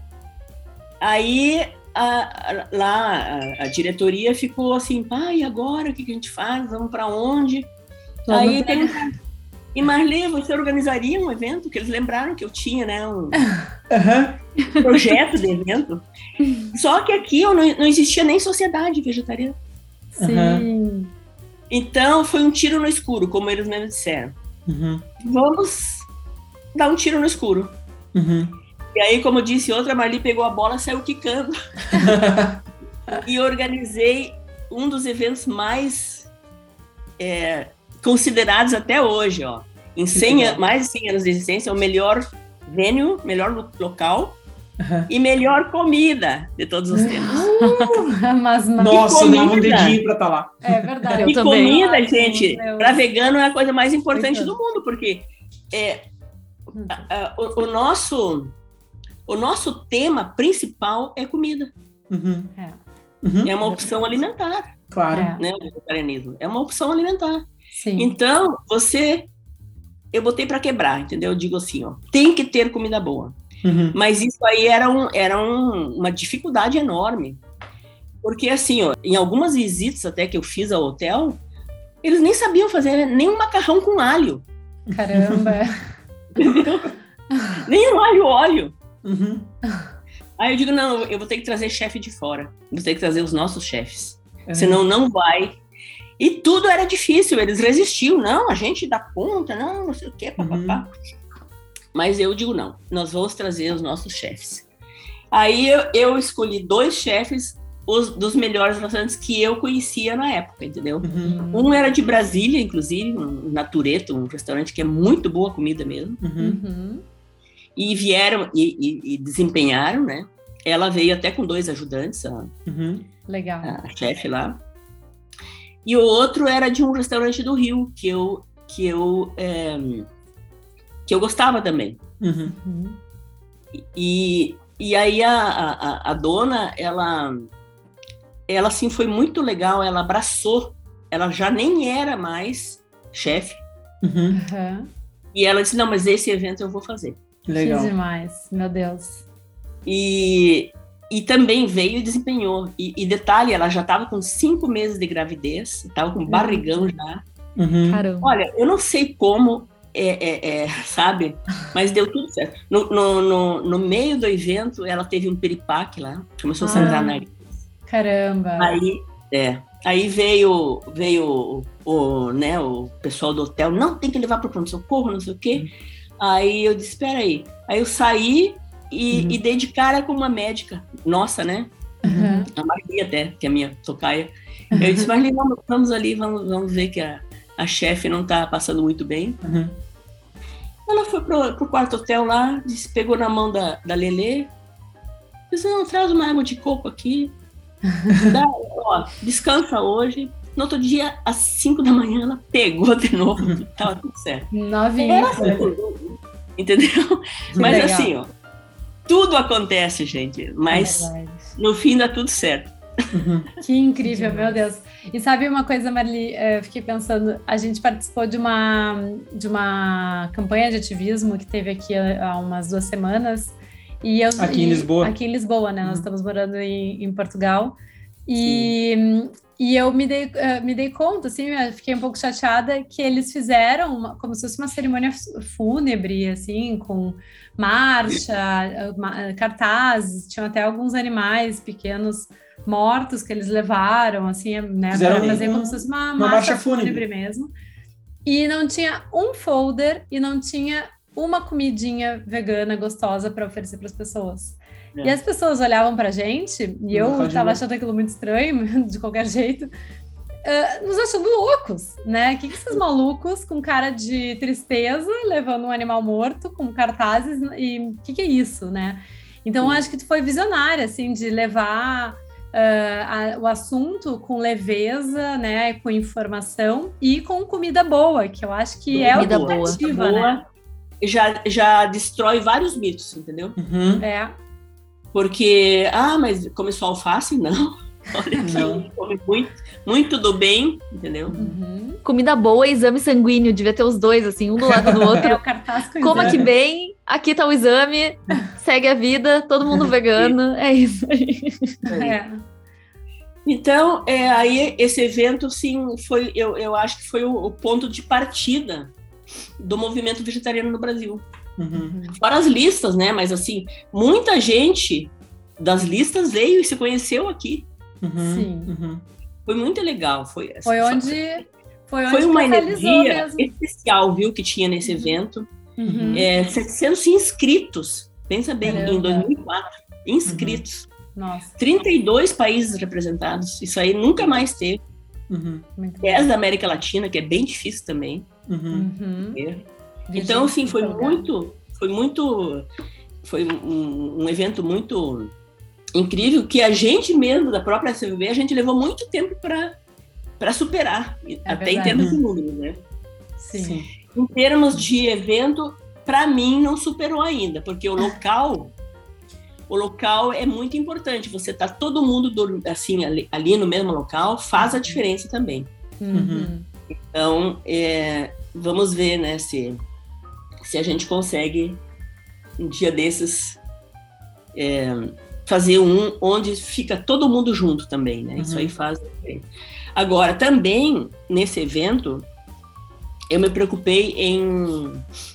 Aí a, a, lá a, a diretoria ficou assim, pai, e agora o que, que a gente faz? Vamos para onde? Todo Aí mundo- perguntaram, e Marli, você organizaria um evento? Que eles lembraram que eu tinha, né, um Aham. projeto de evento. Só que aqui eu não, não existia nem sociedade vegetariana. Sim. Então foi um tiro no escuro, como eles mesmos disseram. Uhum. Vamos dar um tiro no escuro. Uhum. E aí, como eu disse, outra Marli pegou a bola e saiu quicando. E organizei um dos eventos mais é, considerados até hoje, ó. Em cem an- mais de cem anos de existência, o melhor venue, melhor lo- local Uhum. e melhor comida de todos os tempos. Mas, mas Nossa, dá um comida. dedinho pra estar lá. é verdade. Eu E também. comida, Ai, gente, meu Deus. para vegano é a coisa mais importante Vegano. do mundo, porque é, a- a- o, o nosso, o nosso tema principal é comida. Uhum. É. Uhum. É uma opção alimentar, Claro. É. né? O vegetarianismo é uma opção alimentar. Sim. Então, você... Eu botei para quebrar, entendeu? Eu digo assim, ó, tem que ter comida boa. Uhum. Mas isso aí era, um, era um, uma dificuldade enorme. Porque, assim, ó, em algumas visitas até que eu fiz ao hotel, eles nem sabiam fazer nem um macarrão com alho. Caramba! Entendeu? Nem um alho óleo. Uhum. Aí eu digo, não, eu vou ter que trazer chefe de fora. Vou ter que trazer os nossos chefes. Uhum. Senão não vai... E tudo era difícil, eles resistiam. Não, a gente dá conta, não, não sei o quê, papapá. Uhum. Mas eu digo, não, nós vamos trazer os nossos chefes. Aí eu, eu escolhi dois chefes os, dos melhores restaurantes que eu conhecia na época, entendeu? Uhum. Um era de Brasília, inclusive, um Natureto, um restaurante que é muito boa comida mesmo. Uhum. Uhum. E vieram e, e, e desempenharam, né? Ela veio até com dois ajudantes, a, uhum. Legal. a chefe lá. E o outro era de um restaurante do Rio, que eu, que eu, é, que eu gostava também. Uhum. E, e aí a, a, a dona, ela, ela assim, foi muito legal, ela abraçou, ela já nem era mais chefe. Uhum. Uhum. E ela disse, não, mas esse evento eu vou fazer. Legal. Que demais, meu Deus. E... E também veio e desempenhou. E, e detalhe, ela já estava com cinco meses de gravidez, estava com barrigão já. Uhum. Caramba. Olha, eu não sei como, é, é, é, sabe? Mas deu tudo certo. No, no, no, no meio do evento, ela teve um piripaque lá, começou a sangrar Ah, nariz. Caramba. Aí, é, aí veio, veio o, o, né, o pessoal do hotel, não, tem que levar para o pronto-socorro, não sei o quê. Uhum. Aí eu disse, espera aí. Aí eu saí, E, uhum. e dei de cara com uma médica, nossa, né? Uhum. A Maria até, que é a minha tocaia. Uhum. Eu disse, Marli, vamos, vamos ali, vamos, vamos ver que a, a chefe não tá passando muito bem. Uhum. Ela foi pro, pro quarto hotel lá, disse, pegou na mão da, da Lelê, disse, não, traz uma água de coco aqui, dá, ó, descansa hoje. No outro dia, às cinco da manhã, ela pegou de novo, uhum. Tava tudo certo. Novinha. Assim, entendeu? Mas legal. Assim, ó, tudo acontece, gente, mas é no fim dá tudo certo. Uhum. Que incrível, meu Deus. E sabe uma coisa, Marli, eu fiquei pensando, a gente participou de uma, de uma campanha de ativismo que teve aqui há umas duas semanas. E eu, aqui e, em Lisboa. Aqui em Lisboa, né? Uhum. Nós estamos morando em, em Portugal. E, e eu me dei, me dei conta, assim, eu fiquei um pouco chateada que eles fizeram uma, como se fosse uma cerimônia fúnebre, assim, com marcha, cartazes, tinham até alguns animais pequenos mortos que eles levaram, assim, né, para fazer como se fosse uma, uma marcha, marcha fúnebre. fúnebre mesmo. E não tinha um folder e não tinha uma comidinha vegana gostosa para oferecer para as pessoas. É. E as pessoas olhavam pra gente, e eu tava achando aquilo muito estranho, de qualquer jeito, uh, nos achando loucos, né? O que, que esses malucos com cara de tristeza, levando um animal morto, com cartazes, e o que, que é isso, né? Então, eu acho que tu foi visionária, assim, de levar uh, a, o assunto com leveza, né? Com informação e com comida boa, que eu acho que é comida a alternativa, boa, né? Já, já destrói vários mitos, entendeu? Uhum. É. Porque, ah, mas começou alface? Não. Olha aqui, não. Come muito, muito do bem, entendeu? Uhum. Comida boa e exame sanguíneo, devia ter os dois, assim, um do lado do outro. É o cartaz com Coma exame. que bem, aqui tá o exame, segue a vida, todo mundo vegano, é isso aí. É. Então, é, aí esse evento, sim, foi, eu, eu acho que foi o, o ponto de partida do movimento vegetariano no Brasil. Uhum. Fora as listas, né? Mas assim, muita gente das listas veio e se conheceu aqui. Uhum. Sim. Uhum. Foi muito legal. Foi, foi assim, onde foi, onde foi uma energia mesmo. especial, viu, que tinha nesse evento. Uhum. É, setecentos inscritos. Pensa bem, Caramba. em dois mil e quatro. Inscritos. Uhum. Nossa. trinta e dois países representados. Isso aí nunca mais teve. Uhum. dez da América Latina, que é bem difícil também. Uhum. É. Então, assim, foi muito, foi muito, foi um, um evento muito incrível, que a gente mesmo, da própria S V B, a gente levou muito tempo para superar, é até verdade. Em termos de números, né? Sim. Sim. Em termos de evento, para mim, não superou ainda, porque o local, o local é muito importante, você tá todo mundo assim, ali, ali no mesmo local, faz a diferença também. Uhum. Então, é, vamos ver, né, se, se a gente consegue, um dia desses, é, fazer um onde fica todo mundo junto também, né? Uhum. Isso aí faz bem. Agora, também, nesse evento, eu me preocupei em,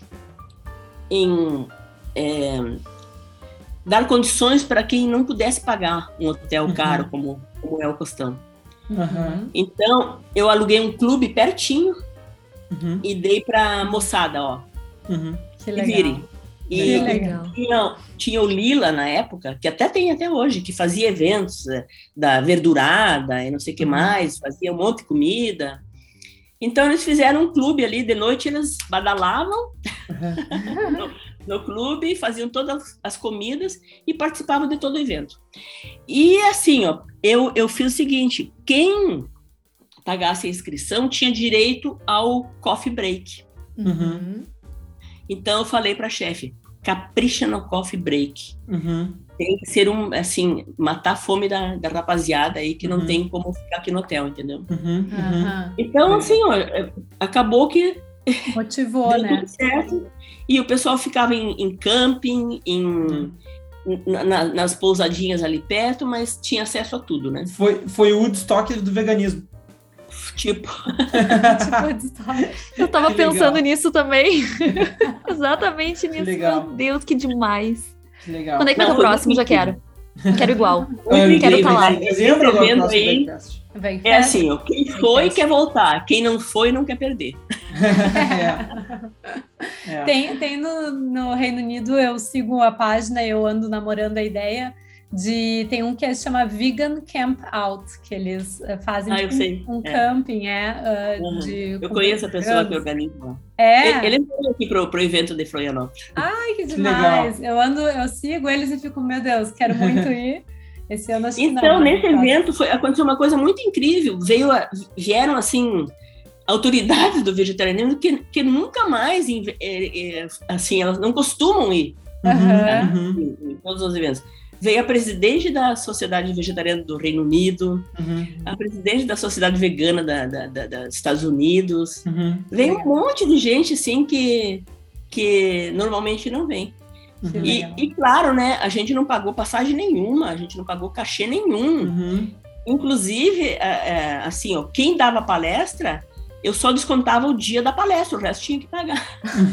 em é, dar condições para quem não pudesse pagar um hotel uhum. caro, como, como é o Costão. Uhum. Então, eu aluguei um clube pertinho uhum. e dei para moçada, ó. Uhum. Que legal. Virem. E que legal. Tinha, tinha o Lila na época, que até tem até hoje, que fazia eventos da verdurada e não sei o que uhum. mais, fazia um monte de comida. Então, eles fizeram um clube ali, de noite eles badalavam uhum. no, no clube, faziam todas as comidas e participavam de todo o evento. E assim, ó, eu, eu fiz o seguinte, quem pagasse a inscrição tinha direito ao coffee break. Uhum. Então, eu falei para a chefe, capricha no coffee break. Uhum. Tem que ser um, assim, matar a fome da, da rapaziada aí, que uhum. não tem como ficar aqui no hotel, entendeu? Uhum. Uhum. Então, assim, ó, acabou que motivou, deu né? tudo certo. E o pessoal ficava em, em camping, em, uhum. na, nas pousadinhas ali perto, mas tinha acesso a tudo, né? Foi, foi o Woodstock do veganismo. Tipo. tipo eu tava que pensando legal. nisso também. Exatamente nisso. Legal. Meu Deus, que demais. Que legal. Quando é que vai ter o próximo? Já quero. Quero igual. Eu quero estar tá lá. Dezembro do próximo aí, é assim, ó, quem foi quer voltar. Quem não foi não quer perder. é. É. Tem, tem no, no Reino Unido, eu sigo a página, eu ando namorando a ideia de, tem um que se chama Vegan Camp Out, que eles uh, fazem ah, tipo, um, um é. camping, é, uh, uhum. de... Eu conheço a pessoa que organiza. É? Ele veio aqui pro, pro evento de Florianópolis. Ai, que demais! Que eu ando, eu sigo eles e fico, meu Deus, quero muito ir. Esse ano acho que Então, não, nesse evento foi, aconteceu uma coisa muito incrível. Veio, vieram, assim, autoridades do vegetarianismo que, que nunca mais, assim, elas não costumam ir uhum. né, em, em todos os eventos. Veio a presidente da Sociedade Vegetariana do Reino Unido, uhum. a presidente da Sociedade Vegana da, da, da, dos Estados Unidos. Uhum. Veio um monte de gente, assim, que, que normalmente não vem. Uhum. E, e, claro, né, a gente não pagou passagem nenhuma, a gente não pagou cachê nenhum. Uhum. Inclusive, é, é, assim, ó, quem dava palestra, eu só descontava o dia da palestra, o resto tinha que pagar.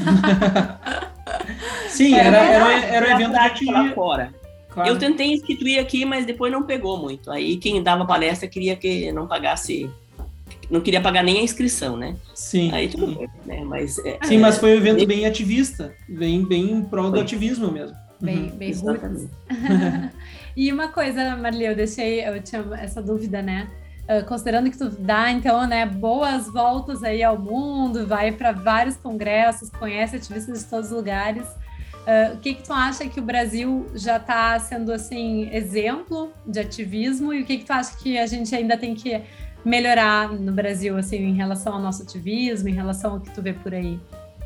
Sim, era, era, era, era o evento que lá fora. Claro. Eu tentei instituir aqui, mas depois não pegou muito. Aí quem dava palestra queria que não pagasse, não queria pagar nem a inscrição, né? Sim. Aí tudo bem, né? Mas, é, Sim, mas foi um evento bem ativista, bem, bem em prol do ativismo mesmo. Bem, uhum. bem roots. E uma coisa, Marli, eu deixei, eu tinha essa dúvida, né? Uh, considerando que tu dá, então, né, boas voltas aí ao mundo, vai para vários congressos, conhece ativistas de todos os lugares. Uh, o que que tu acha que o Brasil já está sendo, assim, exemplo de ativismo, e o que que tu acha que a gente ainda tem que melhorar no Brasil, assim, em relação ao nosso ativismo, em relação ao que tu vê por aí?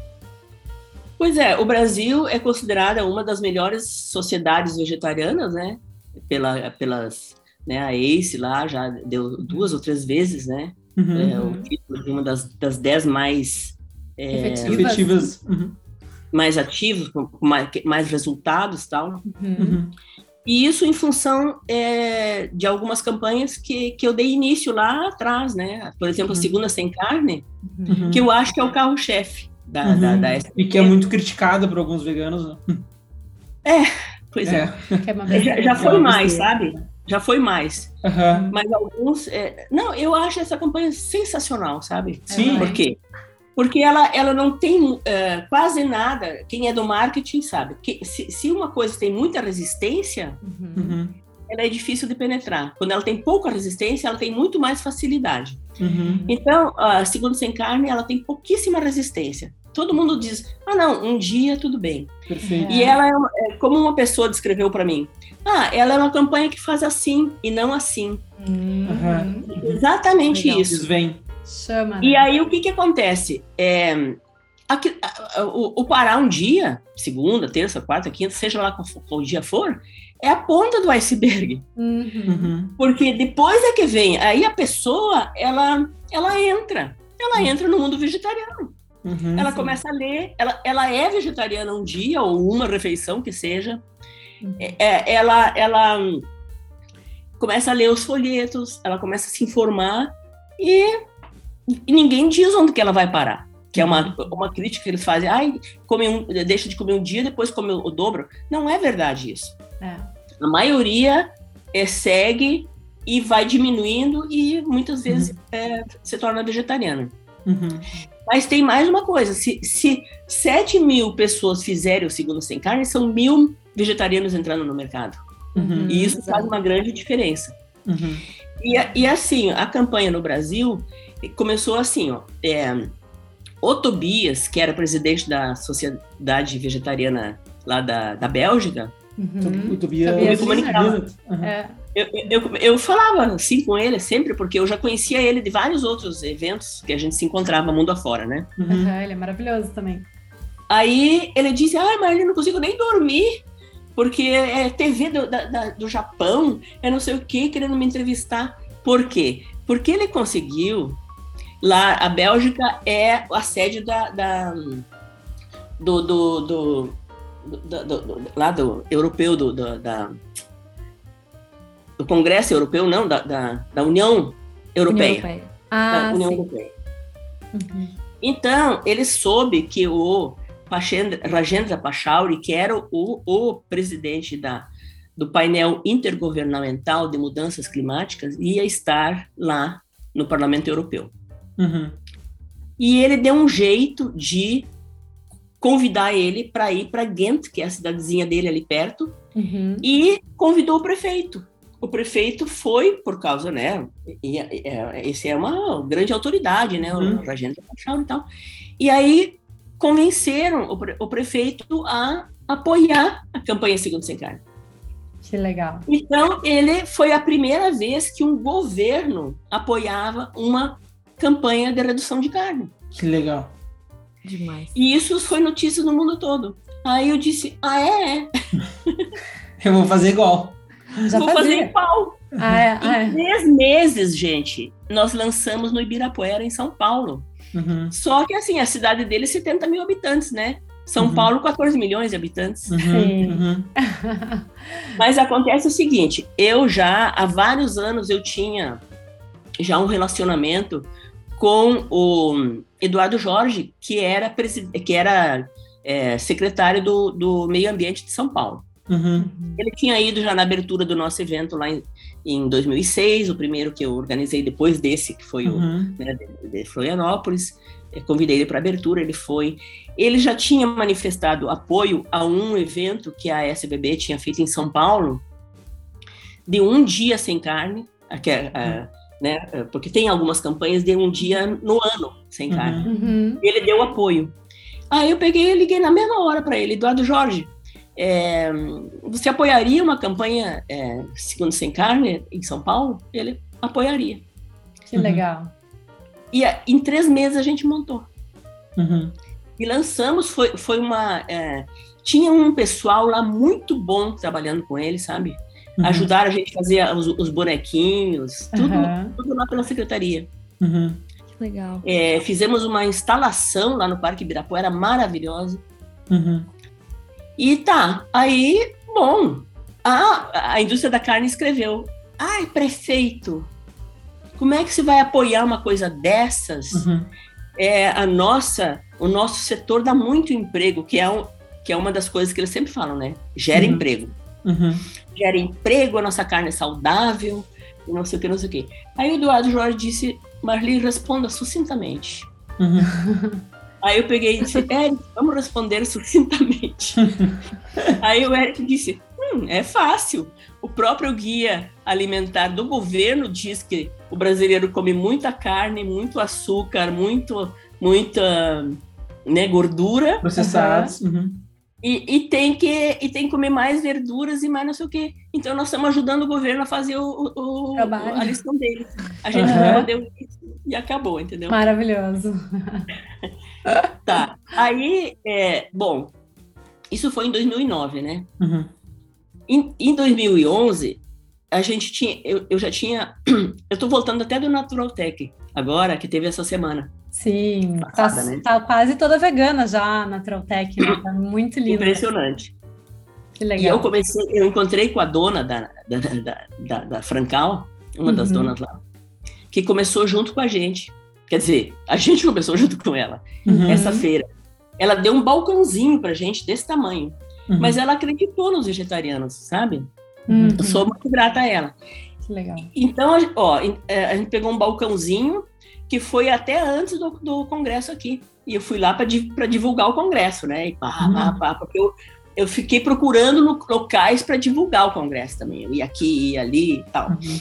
Pois é, o Brasil é considerada uma das melhores sociedades vegetarianas, né, Pela, pelas, né, a A C E lá já deu duas ou três vezes, né, uhum. é, o título de uma das, das dez mais é, efetivas, efetivas. Uhum. mais ativos, com mais, mais resultados e tal. Uhum. E isso em função é, de algumas campanhas que, que eu dei início lá atrás, né? Por exemplo, uhum. a Segunda Sem Carne, uhum. que eu acho que é o carro-chefe da, uhum. da, da S B P. E que é muito criticada por alguns veganos. Né? É, pois é. é. Já, já foi mais, sabe? Já foi mais. Uhum. Mas alguns... É, não, eu acho essa campanha sensacional, sabe? Sim. Por quê? Porque ela, ela não tem uh, quase nada, quem é do marketing sabe, que se, se uma coisa tem muita resistência, uhum. ela é difícil de penetrar. Quando ela tem pouca resistência, ela tem muito mais facilidade. Uhum. Então, a Segunda Sem Carne, ela tem pouquíssima resistência. Todo mundo diz, ah não, um dia tudo bem. Perfeito. E ela é, uma, é como uma pessoa descreveu para mim, ah, ela é uma campanha que faz assim e não assim. Uhum. Exatamente Legal. isso. Vem. Chama, e né? aí, o que que acontece? É, aqui, o, o parar um dia, segunda, terça, quarta, quinta, seja lá qual, qual dia for, é a ponta do iceberg. Uhum. Uhum. Porque depois é que vem, aí a pessoa, ela, ela entra. ela entra no mundo vegetariano. Uhum, ela sim. começa a ler, ela, ela é vegetariana um dia, ou uma refeição que seja, uhum. é, ela, ela começa a ler os folhetos, ela começa a se informar, e, e ninguém diz onde que ela vai parar. Que é uma, uma crítica que eles fazem, ai, come um, deixa de comer um dia, depois come o dobro. Não é verdade isso. É. A maioria é, segue e vai diminuindo e muitas vezes uhum. é, se torna vegetariana. Uhum. Mas tem mais uma coisa, se, se sete mil pessoas fizerem o segundo sem carne, são mil vegetarianos entrando no mercado. Uhum. E isso Exato. Faz uma grande diferença. Uhum. E, e assim, a campanha no Brasil começou assim, ó, é, o Tobias, que era presidente da Sociedade Vegetariana lá da, da Bélgica, uhum. o Tobias, eu me comunicava. Uhum. É. Eu, eu, eu falava assim com ele sempre, porque eu já conhecia ele de vários outros eventos que a gente se encontrava mundo afora, né? Uhum. Uhum, ele é maravilhoso também. Aí ele disse, ah, mas eu não consigo nem dormir, porque é T V do, da, do Japão, é não sei o quê, querendo me entrevistar. Por quê? Porque ele conseguiu, lá, a Bélgica é a sede da, da, do, do, do, do, do, do lá do europeu, do, do, da... do Congresso Europeu, não, da, da, da União Europeia. União Europeia. Ah, da União sim. Europeia. Uhum. Então, ele soube que o Rajendra Pachauri, que era o, o presidente da, do painel intergovernamental de mudanças climáticas, ia estar lá no Parlamento Europeu. Uhum. E ele deu um jeito de convidar ele para ir para Ghent, que é a cidadezinha dele ali perto, uhum. e convidou o prefeito. O prefeito foi, por causa, né, e, e, esse é uma grande autoridade, né, uhum. o Rajendra Pachauri e tal, e aí convenceram o, pre, o prefeito a apoiar a campanha Segundo Sem Carne. Que legal. Então, ele foi a primeira vez que um governo apoiava uma campanha de redução de carne. Que legal. Demais. E isso foi notícia no mundo todo. Aí eu disse, ah, é? Eu vou fazer igual. Já vou fazia. fazer igual. Ah, é, ah, é. Em três meses, gente, nós lançamos no Ibirapuera, em São Paulo. Uhum. Só que, assim, a cidade dele é setenta mil habitantes, né? São uhum. Paulo, quatorze milhões de habitantes. Uhum. Sim. Uhum. Mas acontece o seguinte, eu já, há vários anos, eu tinha já um relacionamento com o Eduardo Jorge, que era, que era é, secretário do, do Meio Ambiente de São Paulo. Uhum. Ele tinha ido já na abertura do nosso evento lá em, em dois mil e seis, o primeiro que eu organizei depois desse, que foi uhum. o né, de, de Florianópolis. Eu convidei ele para a abertura, ele foi. Ele já tinha manifestado apoio a um evento que a S B B tinha feito em São Paulo, de um dia sem carne, que é, uhum. né, porque tem algumas campanhas de um dia no ano sem carne. Uhum. Ele deu apoio. Aí eu peguei e liguei na mesma hora para ele, Eduardo Jorge, É, você apoiaria uma campanha é, Segundo Sem Carne em São Paulo? Ele apoiaria. Que legal. E em três meses a gente montou. Uhum. E lançamos, foi, foi uma... É, tinha um pessoal lá muito bom trabalhando com ele, sabe? Uhum. Ajudaram a gente a fazer os, os bonequinhos, tudo, uhum. tudo lá pela secretaria. Uhum. Que legal. É, fizemos uma instalação lá no Parque Ibirapuera maravilhosa. Uhum. E tá, aí, bom, a, a indústria da carne escreveu, ai, prefeito, como é que você vai apoiar uma coisa dessas? Uhum. É, a nossa, o nosso setor dá muito emprego, que é, um, que é uma das coisas que eles sempre falam, né? Gera uhum. emprego. Uhum. Gera emprego, a nossa carne é saudável, e não sei o que, não sei o que. Aí o Eduardo Jorge disse, Marli, responda sucintamente. Uhum. Aí eu peguei e disse, Eric, vamos responder sucintamente. Aí o Eric disse, hum, é fácil. O próprio guia alimentar do governo diz que o brasileiro come muita carne, muito açúcar, muito, muita né, gordura. Processados. Uhum. E, e, tem que, e tem que comer mais verduras e mais não sei o quê. Então nós estamos ajudando o governo a fazer o, o, o a lição dele. A gente uhum. respondeu isso e acabou, entendeu? Maravilhoso. Tá, aí, é, bom, isso foi em dois mil e nove, né? Uhum. Em, em dois mil e onze, a gente tinha, eu, eu já tinha, eu tô voltando até do Naturaltech, agora, que teve essa semana. Sim, Passada, tá, né? tá quase toda vegana já, a Naturaltech, né? Tá muito linda. Impressionante. Que legal. E eu comecei, eu encontrei com a dona da, da, da, da, da Francal, uma das Uhum. donas lá, que começou junto com a gente. Quer dizer, a gente começou junto com ela, Uhum. essa feira. Ela deu um balcãozinho pra gente desse tamanho, Uhum. mas ela acreditou nos vegetarianos, sabe? Uhum. Eu sou muito grata a ela. Que legal. Então, a- ó, em- é, a gente pegou um balcãozinho que foi até antes do, do congresso aqui. E eu fui lá para divulgar o congresso, né? E pá, pá, pá, porque eu, eu fiquei procurando lo- locais para divulgar o congresso também. Eu ia aqui, ia ali e tal. Uhum.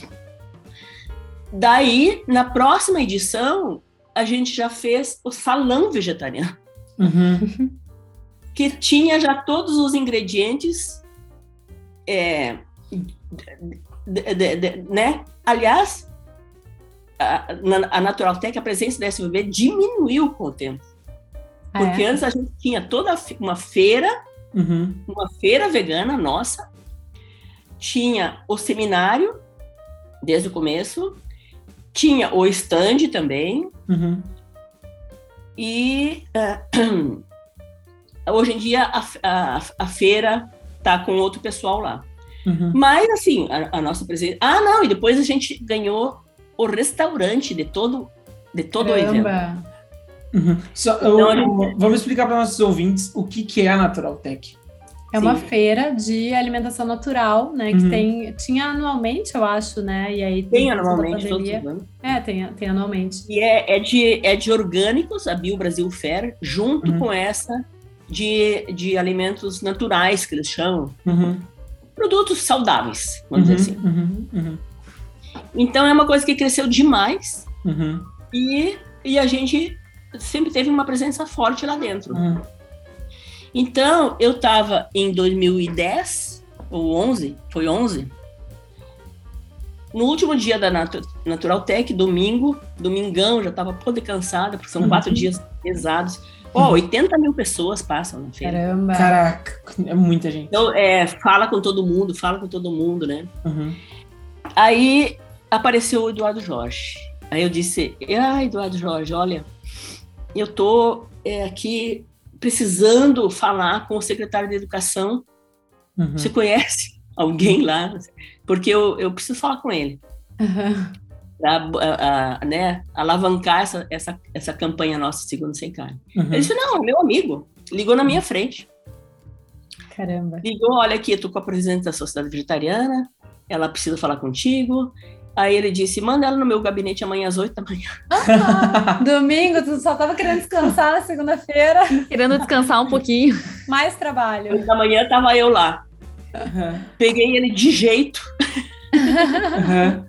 Daí, na próxima edição, a gente já fez o salão vegetariano, Uhum. que tinha já todos os ingredientes, é, de- de- de- né? Aliás, a, na- a Naturaltech, a presença da S V B diminuiu com o tempo. Ah, Porque é? antes a gente tinha toda a fe- uma feira, Uhum. uma feira vegana nossa, tinha o seminário, desde o começo, tinha o stand também, Uhum. e eh, hoje em dia a, a, a feira tá com outro pessoal lá. Uhum. Mas, assim, a, a nossa presença... Ah, não, e depois a gente ganhou o restaurante de todo, de todo o evento. Caramba. Uhum. Só, Então, eu- a gente- Vamos explicar para nossos ouvintes o que, que é a Naturaltech. É uma Sim. feira de alimentação natural, né? Que Uhum. tem, tinha anualmente, eu acho, né? E aí Tem por causa da anualmente todos pandemia- os anos. É, tem, tem anualmente. E é, é, de, é de orgânicos, a Bio Brasil Fair, junto Uhum. com essa de, de alimentos naturais, que eles chamam. Uhum. Produtos saudáveis, vamos Uhum. dizer assim. Uhum. Uhum. Então, é uma coisa que cresceu demais Uhum. e, e a gente sempre teve uma presença forte lá dentro. Uhum. Então, eu estava em dois mil e dez, ou onze, foi onze, no último dia da Natu- Naturaltech, domingo, domingão, já estava toda cansada, porque são Uhum. quatro dias pesados. Ó, Uhum. oitenta mil pessoas passam na feira. Caramba. Caraca, é muita gente. Então, é, fala com todo mundo, fala com todo mundo, né? Uhum. Aí apareceu o Eduardo Jorge. Aí eu disse, ah, Eduardo Jorge, olha, eu tô é, aqui precisando falar com o secretário de Educação. Uhum. Você conhece alguém lá? Porque eu, eu preciso falar com ele. Aham. Para né, alavancar essa, essa, essa campanha nossa Segundo Sem Carne. Uhum. Ele disse, não, meu amigo. Ligou na minha frente. Caramba. Ligou, olha aqui, eu tô com a presidente da Sociedade Vegetariana, ela precisa falar contigo. Aí ele disse, manda ela no meu gabinete amanhã às oito da manhã. Domingo, tu só tava querendo descansar na segunda-feira. Querendo descansar um pouquinho. Mais trabalho. oito da manhã tava eu lá. Uhum. Peguei ele de jeito, Uhum.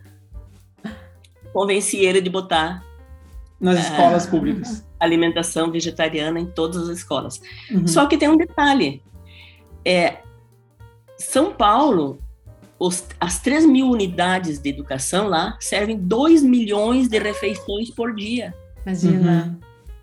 convenci ele de botar Nas escolas públicas. alimentação vegetariana em todas as escolas. Uhum. Só que tem um detalhe. É, São Paulo, os, as três mil unidades de educação lá servem dois milhões de refeições por dia. Imagina.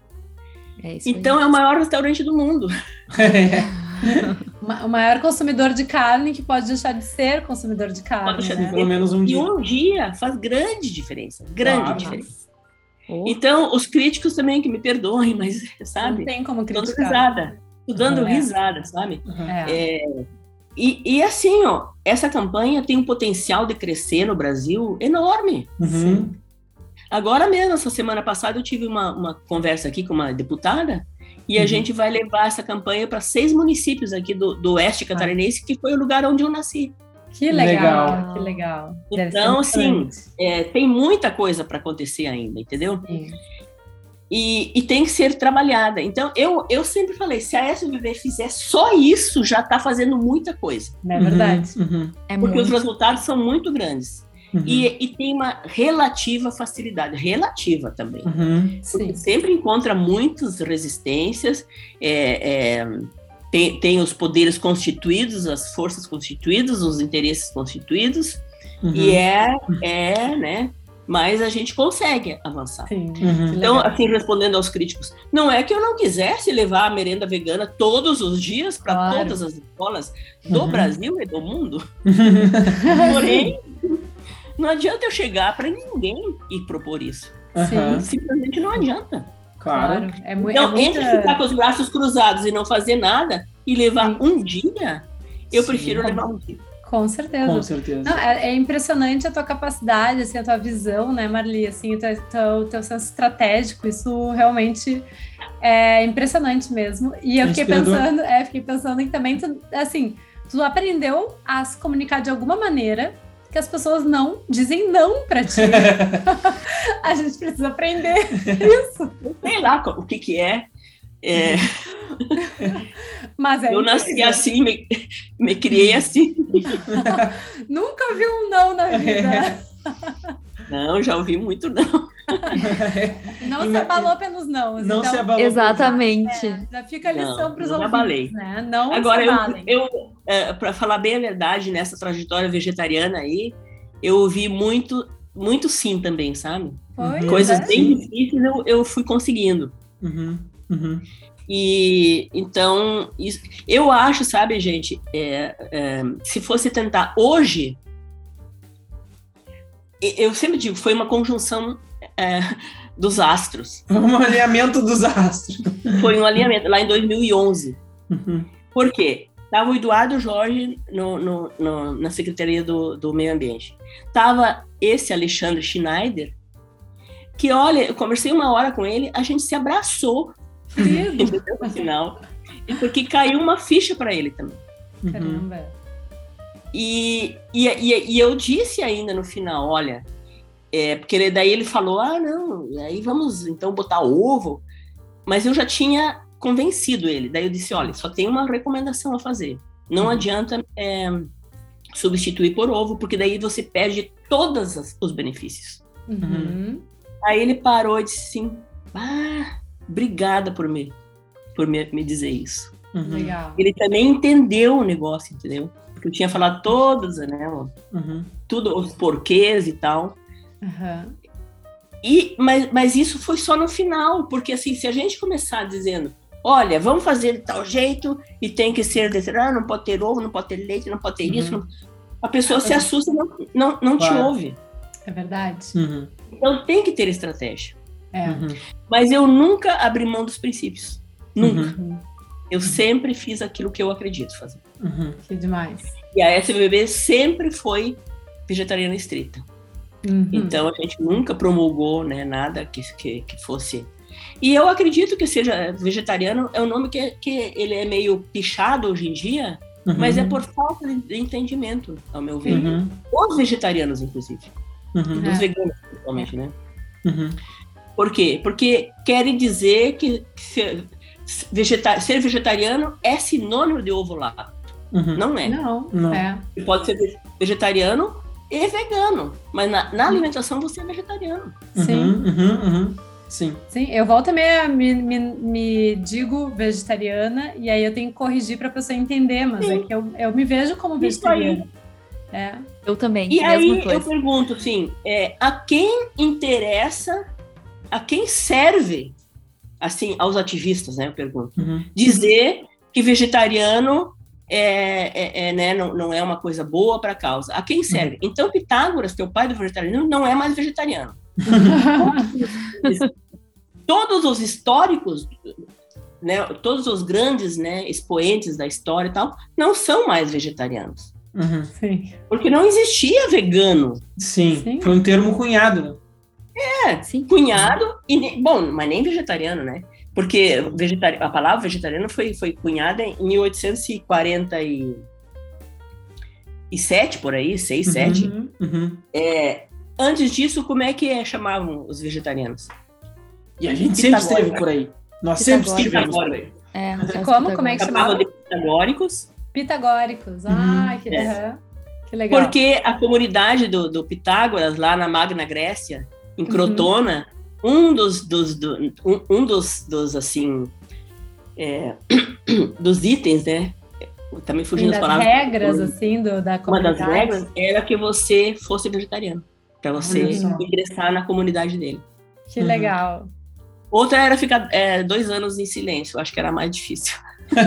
É isso aí. Então é o maior restaurante do mundo. É. Ma- O maior consumidor de carne que pode deixar de ser consumidor de carne. Pode deixar de né? ser. Pelo menos um E dia. um dia faz grande diferença. Grande Claro. diferença. Oh, Então, os críticos também que me perdoem, mas, Não sabe? tem como Tô dando criticar. risada. Tô dando Uhum. risada, sabe? Uhum. É. E, e assim, ó, essa campanha tem um potencial de crescer no Brasil enorme. Uhum. Agora mesmo, essa semana passada, eu tive uma, uma conversa aqui com uma deputada e a Uhum. gente vai levar essa campanha para seis municípios aqui do, do oeste catarinense, que foi o lugar onde eu nasci. Que legal, Legal. que legal. Deve ser Então, assim, emocionante. é, tem muita coisa para acontecer ainda, entendeu? Sim. E, e tem que ser trabalhada. Então, eu, eu sempre falei, se a S V B fizer só isso, já está fazendo muita coisa. Não é verdade? Uhum. é Porque os muito. resultados são muito grandes. Uhum. E, e tem uma relativa facilidade, relativa também. Uhum. Sim. Sempre encontra muitas resistências, é, é, tem, tem os poderes constituídos, as forças constituídas, os interesses constituídos, Uhum. e é, é, né? Mas a gente consegue avançar. Sim. Uhum. Que Então, legal. assim, respondendo aos críticos, não é que eu não quisesse levar a merenda vegana todos os dias para Claro. todas as escolas do Uhum. Brasil e do mundo, porém, não adianta eu chegar para ninguém e propor isso. Uhum. Simplesmente não adianta. Claro. claro. É, mu então, é muita... entre ficar com os braços cruzados e não fazer nada e levar Sim. um dia, eu Sim. prefiro Sim. levar um dia. Com certeza. Com certeza. Não, é, é impressionante a tua capacidade, assim, a tua visão, né, Marli? Assim, o teu, teu, teu senso estratégico, isso realmente é impressionante mesmo. E eu fiquei pensando, é, fiquei pensando em também, tu, assim, tu aprendeu a se comunicar de alguma maneira que as pessoas não dizem não pra ti. A gente precisa aprender isso. Sei lá o que que é. É... Mas é eu nasci assim, me, me criei assim. Nunca vi um não na vida. É. Não, já ouvi muito não. Não se abalou pelos não. Não então, se abalou. Exatamente. É, já fica a lição para os ouvintes, abalei. né? Não Agora, se abalem. eu, eu é, para falar bem a verdade, nessa trajetória vegetariana aí, eu ouvi muito, muito sim também, sabe? Foi, Coisas né? bem difíceis eu, eu fui conseguindo. Uhum, uhum. E então, isso, eu acho, sabe, gente, é, é, se fosse tentar hoje, eu sempre digo, foi uma conjunção é, dos astros. Um alinhamento dos astros. Foi um alinhamento, lá em dois mil e onze. Uhum. Por quê? Estava o Eduardo Jorge no, no, no, na Secretaria do, do Meio Ambiente. Estava esse Alexandre Schneider, que, olha, eu conversei uma hora com ele, a gente se abraçou. No final, porque caiu uma ficha para ele também. Caramba. E, e, e, e eu disse ainda no final, olha, é, porque daí ele falou, ah, não, aí vamos então botar ovo, mas eu já tinha convencido ele, daí eu disse, olha, só tem uma recomendação a fazer, não uhum. adianta é, substituir por ovo, porque daí você perde todos as, os benefícios. Uhum. Aí ele parou e disse assim, ah, obrigada por me, por me, me dizer isso. Uhum. Legal. Ele também entendeu o negócio, entendeu? Porque eu tinha falado todos, né? Uhum. Tudo, os porquês e tal. Uhum. E, mas, mas isso foi só no final, porque assim, se a gente começar dizendo, olha, vamos fazer de tal jeito e tem que ser, ah, não pode ter ovo, não pode ter leite, não pode ter uhum. isso, não... a pessoa se assusta e não, não, não claro. te ouve. É verdade. Uhum. Então tem que ter estratégia. É. Uhum. Mas eu nunca abri mão dos princípios. Nunca. Uhum. Eu sempre fiz aquilo que eu acredito fazer. Uhum. Que demais. E a S V B sempre foi vegetariana estrita. Uhum. Então a gente nunca promulgou, né, nada que, que, que fosse... E eu acredito que seja vegetariano, é um nome que, que ele é meio pichado hoje em dia, uhum. mas é por falta de entendimento, ao meu ver. Uhum. Os vegetarianos, inclusive. Uhum. Dos veganos, principalmente, né? Uhum. Por quê? Porque querem dizer que ser, vegeta- ser vegetariano é sinônimo de ovo lácteo. Uhum. Não é. Não, não. É. Você pode ser vegetariano e vegano, mas na, na alimentação você é vegetariano. Sim. Uhum, uhum, uhum. Sim. Sim, eu volto também me, me, me digo vegetariana e aí eu tenho que corrigir para a pessoa entender, mas Sim. é que eu, eu me vejo como vegetariana. É. Eu também. E aí coisa. eu pergunto assim, é, a quem interessa, a quem serve, assim, aos ativistas, né, eu pergunto, uhum. dizer que vegetariano é, é, é, né, não, não é uma coisa boa para a causa. A quem serve? Uhum. Então Pitágoras, que é o pai do vegetarianismo, não é mais vegetariano. Todos os históricos, né, todos os grandes, né, expoentes da história e tal, não são mais vegetarianos. Uhum. Sim. Porque não existia vegano. Sim, Sim. Foi um termo cunhado. É, Sim. cunhado, e nem, bom, mas nem vegetariano, né? Porque vegetari- a palavra vegetariano foi, foi cunhada em mil oitocentos e quarenta e sete, por aí, seis, Uhum. sete. Uhum. É, antes disso, como é que é, chamavam os vegetarianos? E a gente sempre esteve por aí. Nós sempre estivemos por aí. É, como, como é que chamava? de pitagóricos. Pitagóricos, ah, que, é. uhum. que legal. Porque a comunidade do, do Pitágoras, lá na Magna Grécia, em Crotona, uhum. um dos, dos, do, um, um dos, dos assim, é, dos itens, né? Também fugindo das palavras. regras, assim, do, da comunidade. Uma das regras era que você fosse vegetariano, para você ingressar na comunidade dele. Que uhum. legal. Outra era ficar é, dois anos em silêncio, acho que era mais difícil.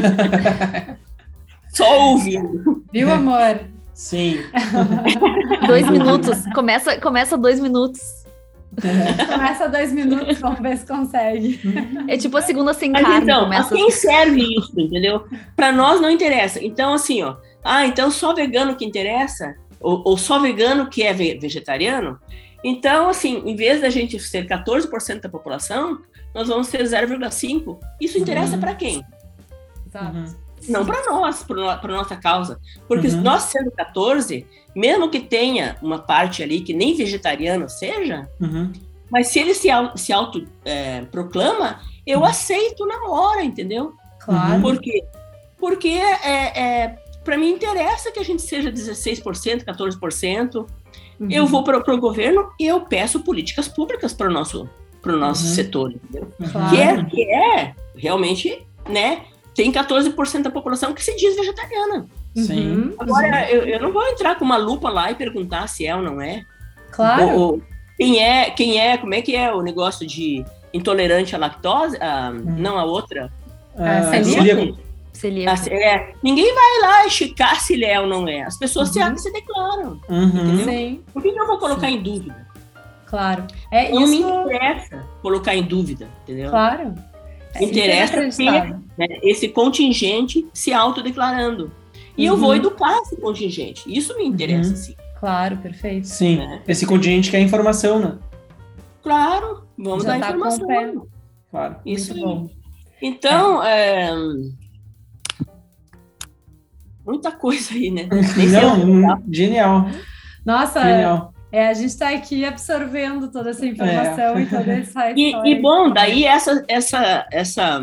Só ouvindo. Viu, amor? Sim. Dois minutos. Começa, começa dois minutos. Começa dois minutos, vamos ver se consegue. É tipo a segunda sem Mas carne. então, começa... a quem serve isso, entendeu? Para nós não interessa. Então, assim, ó, ah, então só vegano que interessa? Ou, ou só vegano que é vegetariano? Então, assim, em vez da gente ser quatorze por cento da população, nós vamos ser zero vírgula cinco por cento. Isso interessa uhum. para quem? Exato. Uhum. Não para nós, para nossa causa. Porque Uhum. nós sendo quatorze, mesmo que tenha uma parte ali que nem vegetariano seja, Uhum. mas se ele se, se autoproclama, é, eu aceito na hora, entendeu? Claro. Por quê? Porque é, é, para mim interessa que a gente seja dezesseis por cento, quatorze por cento. Uhum. Eu vou para o governo e eu peço políticas públicas para o nosso, pro nosso uhum. setor, entendeu? Claro. Que, é, que é realmente, né? Tem quatorze por cento da população que se diz vegetariana. Sim. Agora, eu, eu não vou entrar com uma lupa lá e perguntar se é ou não é. Claro. Ou, ou, quem é, quem é, como é que é o negócio de intolerante à lactose? Ah, hum. Não, a outra. Ah, ah, celíaco. Celíaco. É, ninguém vai lá checar se ele é ou não é. As pessoas uhum. se, se declaram. Uhum. Sim. Por que eu vou colocar Sim. em dúvida? Claro. É, não isso... me interessa colocar em dúvida, entendeu? Claro. Interessa ter né, esse contingente se autodeclarando. E uhum. eu vou educar esse contingente. Isso me interessa, uhum. sim. Claro, perfeito. Sim, né? Esse contingente quer informação, né? Claro, vamos Já dar tá informação. Claro. Isso aí. Bom. Então, é... É... muita coisa aí, né? Não, genial. Nossa, genial. É, a gente está aqui absorvendo toda essa informação é. e toda essa história. E, e bom, daí essa, essa, essa,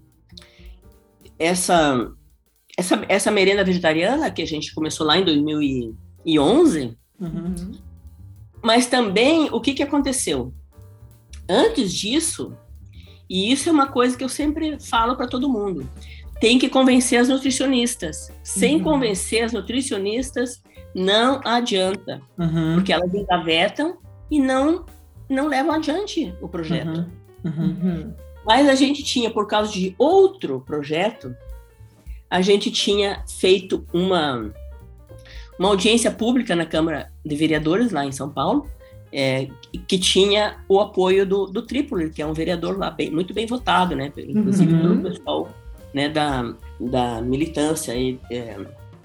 essa, essa, essa merenda vegetariana que a gente começou lá em dois mil e onze, uhum. mas também o que, que aconteceu? Antes disso, e isso é uma coisa que eu sempre falo para todo mundo, tem que convencer as nutricionistas. Sem uhum. convencer as nutricionistas, não adianta, uhum. porque elas engavetam e não, não levam adiante o projeto. Uhum. Uhum. Mas a gente tinha, por causa de outro projeto, a gente tinha feito uma, uma audiência pública na Câmara de Vereadores, lá em São Paulo, é, que tinha o apoio do, do Trípoli, que é um vereador lá bem, muito bem votado, né, inclusive uhum. pelo pessoal, né, da, da militância e, é,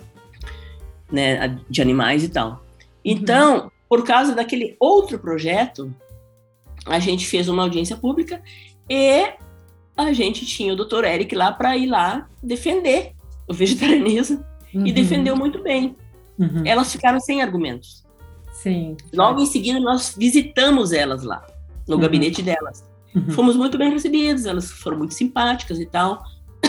né, de animais e tal. Então, uhum. por causa daquele outro projeto, a gente fez uma audiência pública e a gente tinha o doutor Eric lá para ir lá defender o vegetarianismo uhum. e defendeu muito bem. Uhum. Elas ficaram sem argumentos. Sim. Logo em seguida, nós visitamos elas lá, no uhum. gabinete delas. Uhum. Fomos muito bem recebidos, elas foram muito simpáticas e tal.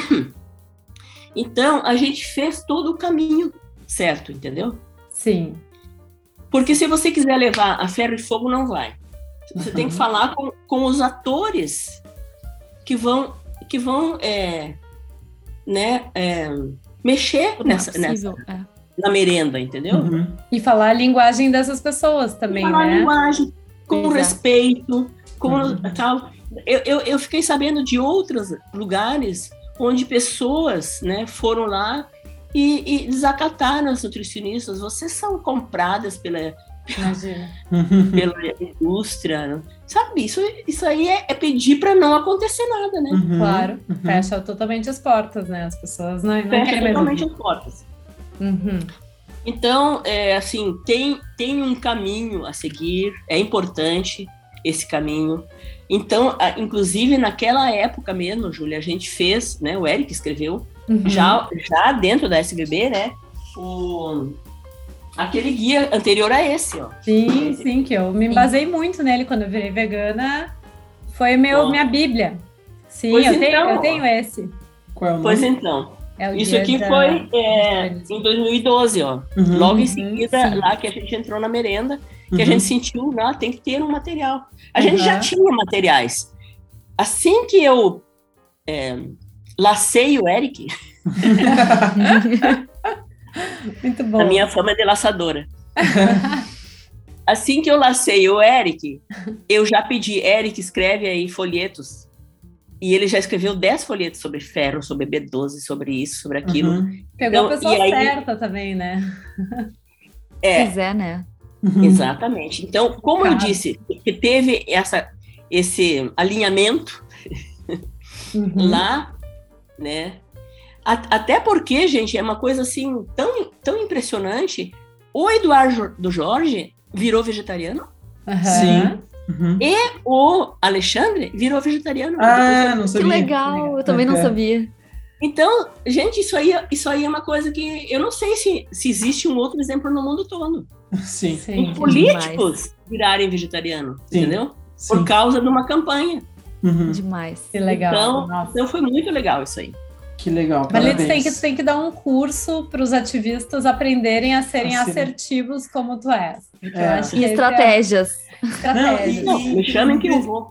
Então, a gente fez todo o caminho certo, entendeu? Sim. Porque se você quiser levar a ferro e fogo, não vai. Você uhum. tem que falar com, com os atores que vão, que vão é, né, é, mexer nessa, nessa, é. na merenda, entendeu? Uhum. E falar a linguagem dessas pessoas também, falar né? a linguagem, com Exato. respeito, com uhum. tal. Eu, eu, eu fiquei sabendo de outros lugares onde pessoas, né, foram lá e, e desacataram as nutricionistas. Vocês são compradas pela, pela indústria, sabe? Isso, isso aí é, é pedir para não acontecer nada, né? Uhum, claro, uhum. fecha totalmente as portas, né? As pessoas não, não fecha querem totalmente mais as portas. Uhum. Então, é, assim, tem, tem um caminho a seguir, é importante esse caminho. Então, a, inclusive, naquela época mesmo, Júlia, a gente fez, né, o Eric escreveu, uhum. já, já dentro da S V B, né, o, aquele guia anterior a esse, ó. Sim, sim, que eu me basei muito nele quando eu virei vegana, foi meu, minha bíblia. Sim, eu, então, tenho, eu tenho esse. Qual é o nome? Pois então, é isso aqui da... foi é, em dois mil e doze, ó. Uhum, logo em seguida, sim. lá que a gente entrou na merenda, que uhum. a gente sentiu, não, tem que ter um material. A uhum. gente já tinha materiais. Assim que eu é, lacei o Eric, muito bom. A minha fama é de laçadora. Assim que eu lacei o Eric, eu já pedi, Eric, escreve aí folhetos. E ele já escreveu dez folhetos sobre ferro, sobre B doze, sobre isso, sobre aquilo. Uhum. Pegou então, a pessoa aí, certa também, né? É. Pois é, né? Uhum. Exatamente. Então, como Cara. eu disse, que teve essa, esse alinhamento uhum. lá, né? Até porque, gente, é uma coisa assim tão, tão impressionante. O Eduardo do Jorge virou vegetariano. Uhum. Sim. Uhum. E o Alexandre virou vegetariano. Ah, não sabia. Que legal, eu também não é. sabia. Então, gente, isso aí, isso aí é uma coisa que eu não sei se, se existe um outro exemplo no mundo todo. Sim. Sim, Os políticos demais. virarem vegetarianos, Sim. entendeu? Sim. Por causa de uma campanha. Uhum. Demais. Que legal. Então, então, foi muito legal isso aí. Que legal, parabéns. Mas tem que, tem que dar um curso para os ativistas aprenderem a serem assim. assertivos como tu és. É. E estratégias. É... estratégias. Não, e, não, me chamem que eu vou.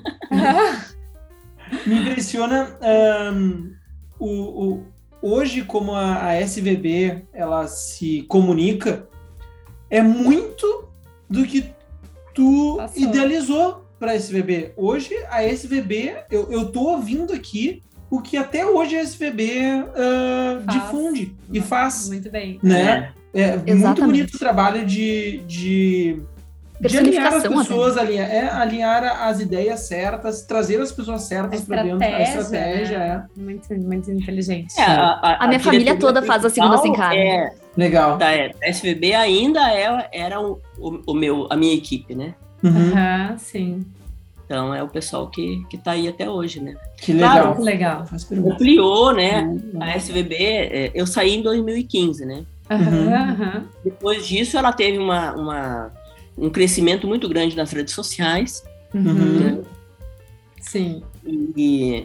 Me impressiona um, o, o, hoje como a, a S V B ela se comunica, é muito do que tu Passou. idealizou para a S V B. Hoje a S V B, eu, eu tô ouvindo aqui o que até hoje a S V B uh, difunde e faz. Muito bem. Né? É, é muito bonito o trabalho de, de, de alinhar as pessoas, alinhar, é, alinhar as ideias certas, trazer as pessoas certas para dentro da estratégia. Né? É. Muito, muito inteligente. É, a, a, a minha a família toda faz a segunda sem carne. É, Legal. Da S V B ainda é, era o, o, o meu, a minha equipe, né? Uhum. Uhum, sim. Então, é o pessoal que, que tá aí até hoje, né? Que legal. Claro, que legal. Ampliou, né? Uhum. A S V B, eu saí em dois mil e quinze, né? Uhum. Uhum. Depois disso, ela teve uma, uma, um crescimento muito grande nas redes sociais. Uhum. Né? Sim. E,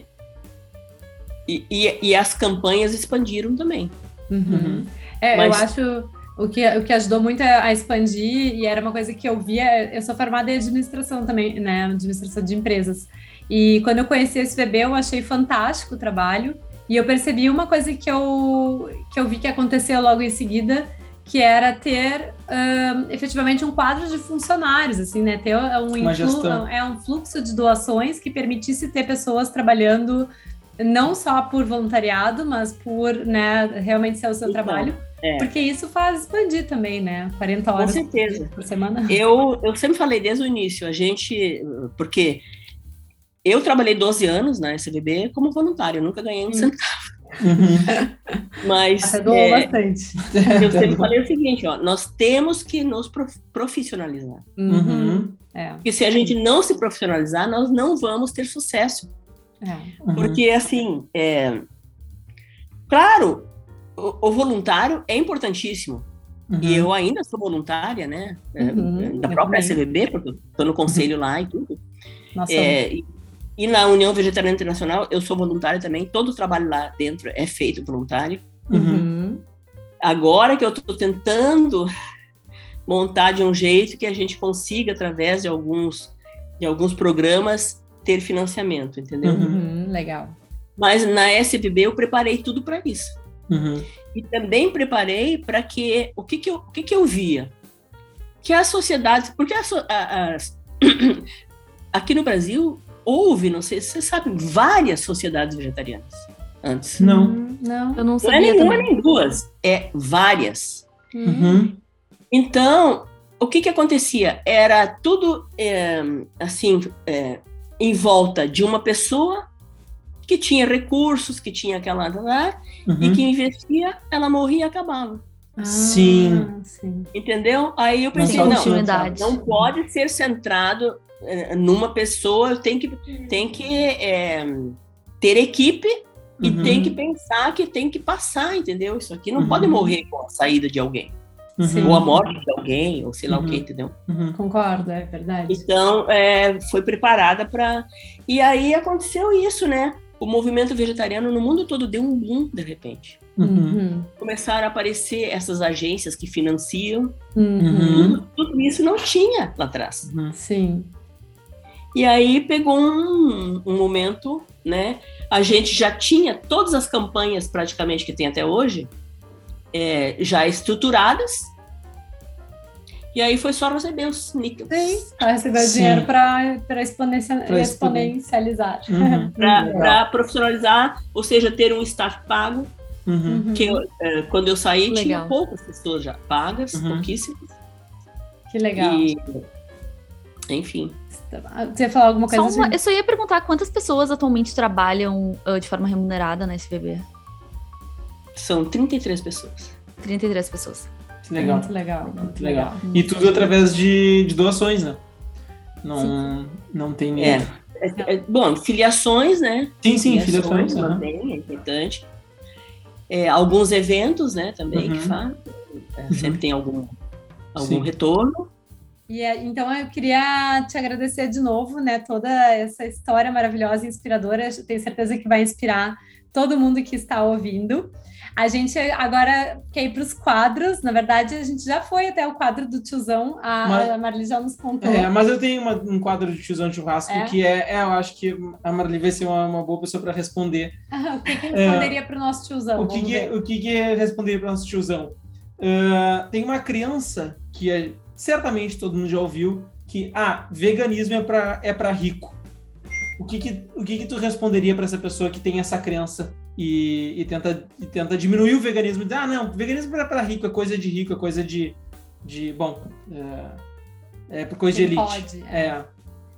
e, e, e as campanhas expandiram também. Uhum. Uhum. É, Mas, eu acho... O que, o que ajudou muito a expandir, e era uma coisa que eu via, eu sou formada em administração também, né, administração de empresas, e quando eu conheci a S V B, eu achei fantástico o trabalho, e eu percebi uma coisa que eu, que eu vi que aconteceu logo em seguida, que era ter um, efetivamente um quadro de funcionários, assim, né, ter um, influ, é, um fluxo de doações que permitisse ter pessoas trabalhando não só por voluntariado, mas por, né, realmente ser o seu então, trabalho. É. Porque isso faz expandir também, né? quarenta horas Com certeza. por semana. Eu, eu sempre falei desde o início, a gente... Porque eu trabalhei doze anos na S V B como voluntária, eu nunca ganhei um centavo. Uhum. Mas... Até doou é, bastante. Eu sempre falei o seguinte, ó, nós temos que nos profissionalizar. Uhum. É. Porque se a gente não se profissionalizar, nós não vamos ter sucesso. É. Uhum. Porque, assim, é... claro... O, o voluntário é importantíssimo. Uhum. E eu ainda sou voluntária, né? Uhum. Da própria S V B, porque estou no conselho uhum. lá e tudo. Nossa, é, e, e na União Vegetariana Internacional, eu sou voluntária também. Todo o trabalho lá dentro é feito voluntário. Uhum. Agora que eu estou tentando montar de um jeito que a gente consiga, através de alguns, de alguns programas, ter financiamento, entendeu? Uhum. Legal. Mas na S V B eu preparei tudo para isso. Uhum. E também preparei para que o que que eu, o que que eu via que as sociedades, porque as, as, aqui no Brasil houve, não sei se você sabe, várias sociedades vegetarianas antes. Não, não, eu não Não sabia. é nenhuma também. nem duas, é várias. Uhum. Então, o que que acontecia? Era tudo é, assim é, em volta de uma pessoa que tinha recursos, que tinha aquela... Uhum. E que investia, ela morria e acabava. Ah, sim. sim. Entendeu? Aí eu pensei, não, não, não, não pode ser centrado numa pessoa, tem que, tem que é, ter equipe e uhum. tem que pensar que tem que passar, entendeu? Isso aqui não uhum. pode morrer com a saída de alguém. Uhum. Ou a morte de alguém, ou sei lá uhum. o que, entendeu? Uhum. Concordo, é verdade. Então, é, foi preparada para... E aí aconteceu isso, né? O movimento vegetariano no mundo todo deu um boom, de repente. Uhum. Começaram a aparecer essas agências que financiam. Uhum. Tudo, tudo isso não tinha lá atrás. Uhum. Sim. E aí pegou um, um momento, né? A gente já tinha todas as campanhas praticamente que tem até hoje, é, já estruturadas. E aí foi só receber os níqueis. Sim, para receber o dinheiro para exponencializar. exponencializar. Uhum. Para profissionalizar, ou seja, ter um staff pago. Uhum. Que eu, é, quando eu saí, Legal. tinha poucas pessoas já pagas, uhum. pouquíssimas. Que legal. E, enfim. Você ia falar alguma coisa? Só uma, eu só ia perguntar quantas pessoas atualmente trabalham uh, de forma remunerada na S V B? São trinta e três pessoas. trinta e três pessoas. Que legal. Muito legal. Muito legal. E tudo através de, de doações, né? Não, não tem... É. É, é, bom, filiações, né? Sim, sim, filiações. filiações Uhum. mantém, é importante. É, alguns eventos, né, também, Uhum. que fazem. É, Uhum. Sempre tem algum, algum Sim. retorno. E então eu queria te agradecer de novo, né? Toda essa história maravilhosa e inspiradora. Eu tenho certeza que vai inspirar todo mundo que está ouvindo. A gente agora quer ir para os quadros. Na verdade, a gente já foi até o quadro do tiozão. A, Mas- a Marli já nos contou. É, mas eu tenho uma- um quadro de tiozão de churrasco É? que é, é, eu acho que a Marli vai ser uma, uma boa pessoa para responder. O que que responderia para o nosso tiozão? O que, Vamos que, ver. o que, que é responder para o nosso tiozão? Ah, tem uma crença que é- certamente todo mundo já ouviu, que ah, veganismo é para é para rico. O que que, o que que tu responderia para essa pessoa que tem essa crença e, e, tenta, e tenta diminuir o veganismo e dizer, ah, não, veganismo é para rico, é coisa de rico, é coisa de, de bom, é, é coisa de Quem elite. pode, é. É.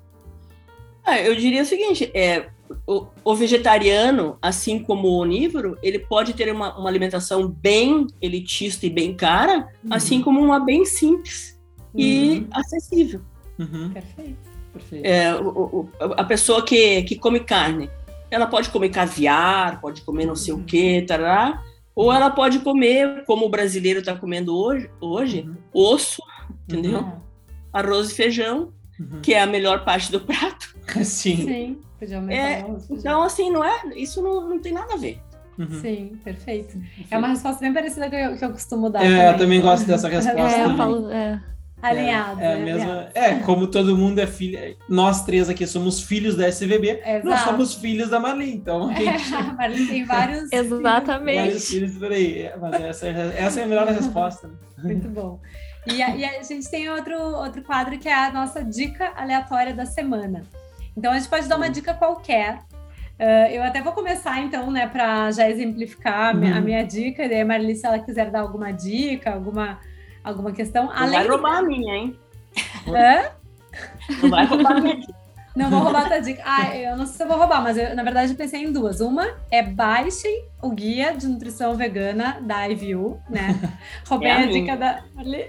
Ah, eu diria o seguinte, é, o, o vegetariano, assim como o onívoro, ele pode ter uma, uma alimentação bem elitista e bem cara, Uhum. assim como uma bem simples e Uhum. acessível. Uhum. Perfeito. Perfeito. É, o, o, a pessoa que, que come carne, ela pode comer caviar, pode comer não sei o que, tarará, ou ela pode comer, como o brasileiro está comendo hoje, hoje Uhum. osso, entendeu? Uhum. Arroz e feijão, Uhum. que é a melhor parte do prato. Sim. Sim, podia aumentar É, o arroz, podia. então, assim, não é, isso não, não tem nada a ver. Uhum. Sim, perfeito. É uma resposta bem parecida que eu, que eu costumo dar. É, eu também gosto dessa resposta. É, eu também. falo. É. Alinhado. É, é, a mesma, é, como todo mundo é filho. Nós três aqui somos filhos da S V B, Exato. nós somos filhos da Marli, então a gente É, mas tem vários. tem vários Exatamente. filhos por aí. É, mas essa, é- essa é a melhor resposta. Né? Muito bom. E a, e a gente tem outro, outro quadro que é a nossa dica aleatória da semana. Então a gente pode dar uma dica qualquer. Uh, eu até vou começar, então, né, para já exemplificar a minha, Uhum. a minha dica. E daí a Marli, se ela quiser dar alguma dica, alguma, alguma questão. Não Além vai do- roubar a minha, hein? Hã? Não vai roubar a minha. Não vou roubar a tua dica. Ah, eu não sei se eu vou roubar, mas eu, na verdade eu pensei em duas. Uma é baixem o guia de nutrição vegana da I V U, né? Roubei É a a minha. dica da Marli.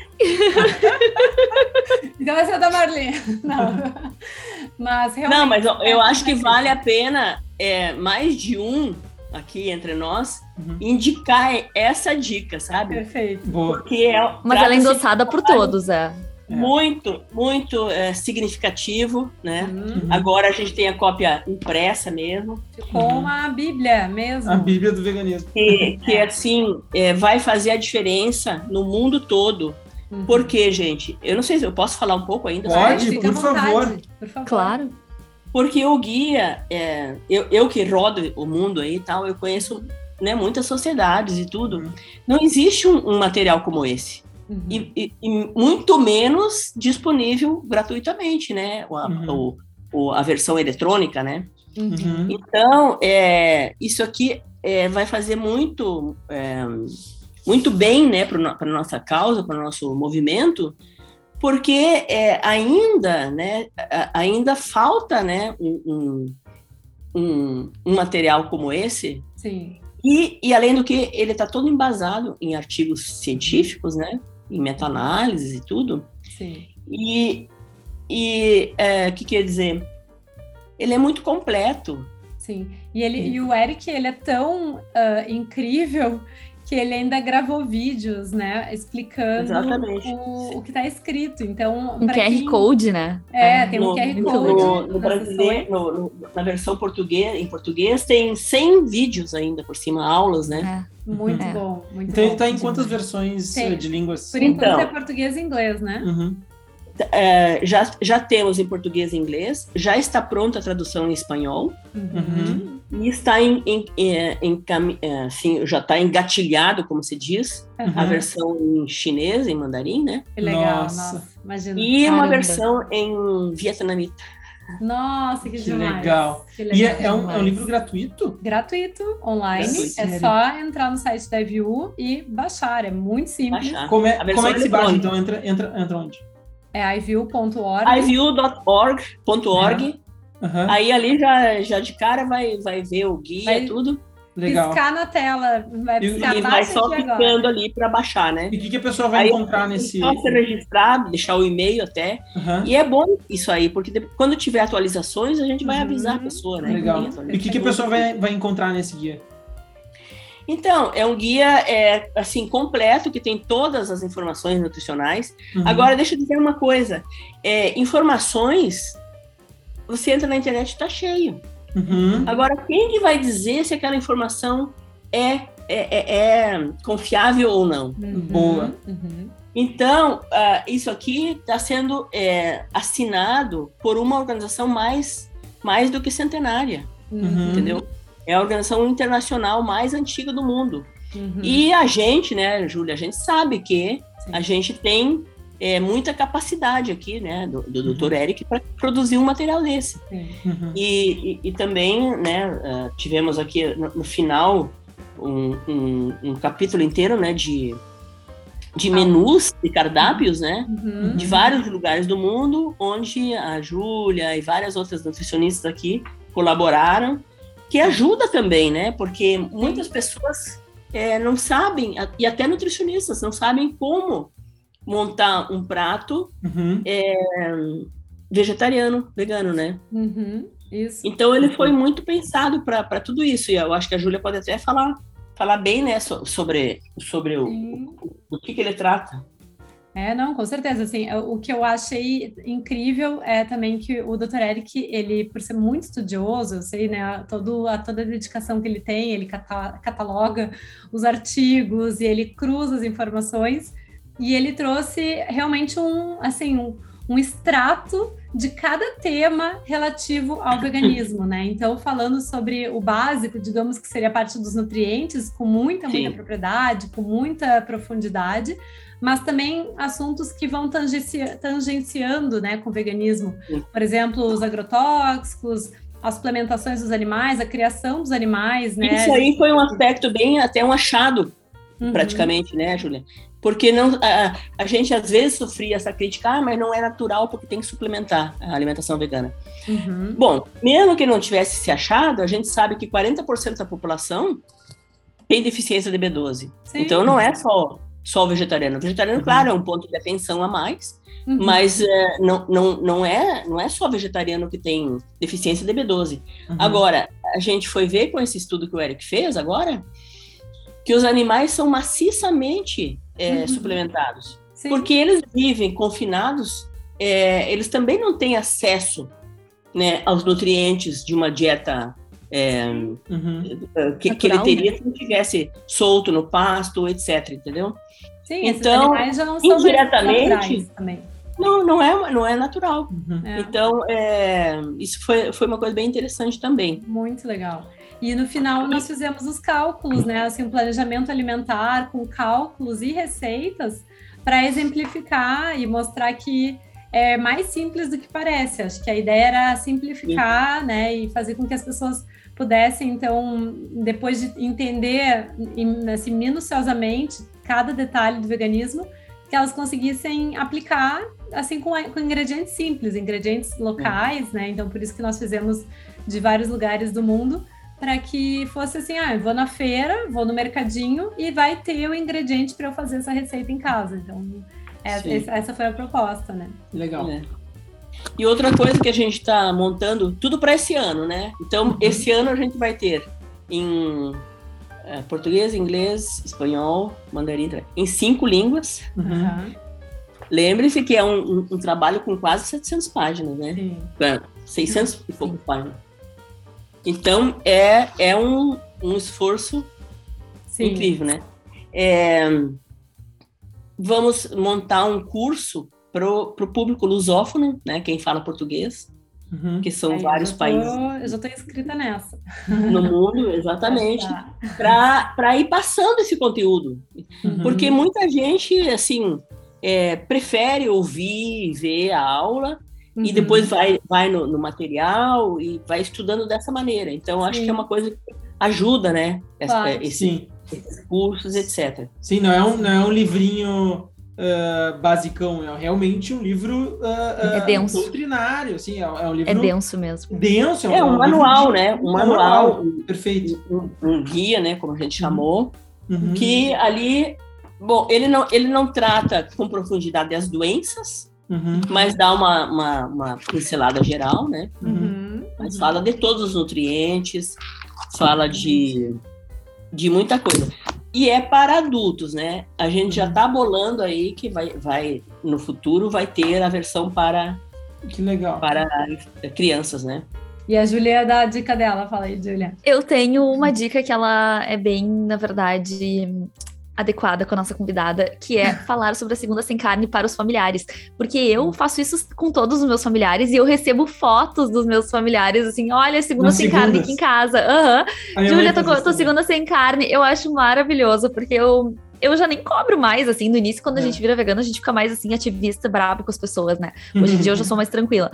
Então vai ser a da Marli. Não. Mas realmente. Não, mas eu, eu é, acho que é vale a pena é, mais de um aqui entre nós Uhum. indicar essa dica, sabe? Perfeito. Boa. Porque é, Mas ela é trata-se de endossada por todos, é. É. muito, muito é, significativo, né? Hum, Agora a gente tem a cópia impressa mesmo, ficou Uhum. uma bíblia mesmo. A Bíblia do veganismo. que, que assim, é, vai fazer a diferença no mundo todo. Uhum. Por quê, gente? Eu não sei se eu posso falar um pouco ainda. Pode. sobre isso? Fica à por vontade, favor. Por favor. Claro. Porque o guia, é, eu, eu que rodo o mundo aí e tal, eu conheço, né, muitas sociedades e tudo. Uhum. Não existe um, um material como esse. Uhum. E, e- e muito menos disponível gratuitamente, né? O, a- Uhum. o- o- a versão eletrônica, né? Uhum. Uhum. Então, é, isso aqui é, vai fazer muito, é, muito bem, né, para a nossa causa, para o nosso movimento, porque é, ainda, né, a- ainda falta, né, um, um, um- um material como esse. Sim. E, e além do que, ele está todo embasado em artigos científicos, né, em meta-análises e tudo. Sim. E e é, que quer dizer, ele é muito completo. Sim. E, ele, e o Eric, ele é tão ah, incrível que ele ainda gravou vídeos, né? Explicando Exatamente. o, o que está escrito. Então, Um pra Q R quem- Code, né? É, tem um no, Q R no- Code. no- no nas brasileiro, sessões. no- no- na versão português, em português tem cem vídeos ainda por cima, aulas, né? É. Muito É. bom, muito Então ele bom. está em quantas versões Tem. eh, de línguas? Por enquanto Então. é português e inglês, né? Uhum. É, já, já temos em português e inglês, já está pronta a tradução em espanhol Uhum. e está em, em, em, em cami- é, assim, já está engatilhado, como se diz, a Aham. versão em chinês, em mandarim, né? Que legal, Nossa. nossa, imagina. E uma Caramba. versão em vietnamita. Nossa, que, Que demais. legal. Que legal E é, é, um, demais. é um livro gratuito? Gratuito, online. Gratuito. É só entrar no site da I V U e baixar. É muito simples. Baixar. Como é, A versão como é que se baixa? eletrônica. Então entra, entra, entra onde? É i v u ponto org. i v u ponto org. Aham. Aí ali já, já de cara vai, vai ver o guia, Vai- tudo. Legal. Piscar na tela. Vai E- piscar E a vai baixa só aqui clicando agora. ali para baixar, né? E o que, que a pessoa vai Aí encontrar é nesse... só se registrar, deixar o e-mail até. Aham. E é bom isso aí, porque depois, quando tiver atualizações, a gente vai Uhum. avisar a pessoa, né? Legal. Tem E o atualização. que, que a pessoa vai, vai encontrar nesse guia? Então, é um guia é, assim, completo, que tem todas as informações nutricionais. Uhum. Agora, deixa eu dizer uma coisa. É, informações, você entra na internet e está cheio. Uhum. Agora, quem que vai dizer se aquela informação é, é, é, é confiável ou não? Uhum, Boa. uhum. Então, uh, isso aqui está sendo é, assinado por uma organização mais, mais do que centenária, Uhum. entendeu? É a organização internacional mais antiga do mundo. Uhum. E a gente, né, Júlia, a gente sabe que Sim. a gente tem é, muita capacidade aqui, né, do, do Uhum. doutor Eric para produzir um material desse. Sim. Uhum. E, e, e também, né, uh, tivemos aqui no, no final um, um, um capítulo inteiro, né, de, de menus, de cardápios, né, Uhum. de vários lugares do mundo, onde a Júlia e várias outras nutricionistas aqui colaboraram, que ajuda também, né, porque muitas pessoas é, não sabem, e até nutricionistas, não sabem como montar um prato Uhum. vegetariano, vegano, né? Uhum. Isso. Então ele foi muito pensado para tudo isso, e eu acho que a Júlia pode até falar, falar bem, né, so, sobre, sobre o, Sim. o que, que ele trata. É, não, com certeza, assim, o que eu achei incrível é também que o doutor Eric, ele, por ser muito estudioso, eu sei, né, todo, a, toda a dedicação que ele tem, ele cata, cataloga os artigos e ele cruza as informações, e ele trouxe realmente um, assim, um, um extrato de cada tema relativo ao veganismo, né, então falando sobre o básico, digamos que seria a parte dos nutrientes, com muita, muita Sim. propriedade, com muita profundidade, mas também assuntos que vão tangenci- tangenciando, né, com o veganismo. Sim. Por exemplo, os agrotóxicos, as suplementações dos animais, a criação dos animais, né? Isso aí foi um aspecto bem, até um achado, Uhum. praticamente, né, Júlia? Porque não, a, a gente às vezes sofria essa crítica, ah, mas não é natural porque tem que suplementar a alimentação vegana. Uhum. Bom, mesmo que não tivesse se achado, a gente sabe que quarenta por cento da população tem deficiência de B doze. Sim. Então não é só, só o vegetariano. O vegetariano, Uhum. claro, é um ponto de atenção a mais, Uhum. mas é, não, não, não, é, não é só vegetariano que tem deficiência de B doze. Uhum. Agora, a gente foi ver com esse estudo que o Eric fez agora, que os animais são maciçamente é, Uhum. suplementados. Sim. Porque eles vivem confinados, é, eles também não têm acesso, né, aos nutrientes de uma dieta é, Uhum. que, que ele Natural, teria né? se não tivesse solto no pasto, etc, entendeu? Sim, esses então, animais já não são mais indiretamente, naturais também. Não, não é, não é natural. Uhum. É. Então, é, isso foi, foi uma coisa bem interessante também. Muito legal. E no final nós fizemos os cálculos, né? Assim, um planejamento alimentar com cálculos e receitas para exemplificar e mostrar que é mais simples do que parece. Acho que a ideia era simplificar, Sim. né? E fazer com que as pessoas pudessem, então, depois de entender assim, minuciosamente cada detalhe do veganismo, que elas conseguissem aplicar assim com, com ingredientes simples, ingredientes locais, né? Então, por isso que nós fizemos de vários lugares do mundo, para que fosse assim, ah, eu vou na feira, vou no mercadinho e vai ter o ingrediente para eu fazer essa receita em casa. Então, essa, essa foi a proposta, né? Legal. É. E outra coisa que a gente está montando, tudo para esse ano, né? Então, uhum. esse ano a gente vai ter em é, português, inglês, espanhol, mandarim, em cinco línguas. Uhum. Lembre-se que é um, um, um trabalho com quase setecentas páginas, né? Sim. É, seiscentas e poucas páginas. Então, é, é um, um esforço Sim. incrível, né? É, vamos montar um curso para o público lusófono, né? Quem fala português, uhum. que são Aí, vários eu tô, países. Eu já estou inscrita nessa. No mundo, exatamente. Para ir passando esse conteúdo. Uhum. Porque muita gente, assim, é, prefere ouvir, ver a aula uhum. e depois vai, vai no, no material e vai estudando dessa maneira. Então, acho Sim. que é uma coisa que ajuda, né? Claro. Esse, Sim. Esses cursos, etcétera. Sim, não é um, não é um livrinho uh, basicão, é realmente um livro uh, é denso. doutrinário, assim, é, é um livro... É denso mesmo. Denso. É, é um, um manual, de... né? Um, um manual. manual. Perfeito. Um, um guia, né? Como a gente chamou, uhum. que ali... Bom, ele não, ele não trata com profundidade as doenças, uhum. mas dá uma, uma, uma pincelada geral, né? Uhum. Mas fala de todos os nutrientes, fala de, de muita coisa. E é para adultos, né? A gente já está bolando aí que vai, vai, no futuro vai ter a versão para, que legal. para crianças, né? E a Júlia dá a dica dela, fala aí, Júlia. Eu tenho uma dica que ela é bem, na verdade... adequada com a nossa convidada, que é falar sobre a segunda sem carne para os familiares, porque eu faço isso com todos os meus familiares e eu recebo fotos dos meus familiares, assim, olha, segunda Nas sem segundas. carne aqui em casa, aham, uhum. Júlia, tô, tô segunda sem carne, eu acho maravilhoso, porque eu eu já nem cobro mais, assim, no início, quando a é. gente vira vegana, a gente fica mais, assim, ativista, braba com as pessoas, né? Hoje em dia eu já sou mais tranquila.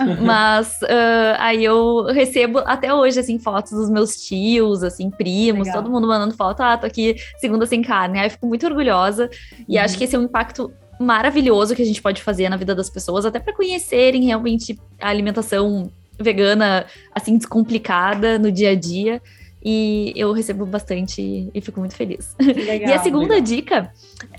Mas uh, aí eu recebo até hoje, assim, fotos dos meus tios, assim, primos, Legal. todo mundo mandando foto, ah, tô aqui segunda sem carne. Aí eu fico muito orgulhosa e uhum. acho que esse é um impacto maravilhoso que a gente pode fazer na vida das pessoas, até para conhecerem realmente a alimentação vegana, assim, descomplicada no dia a dia. E eu recebo bastante e fico muito feliz. Legal, e a segunda legal. dica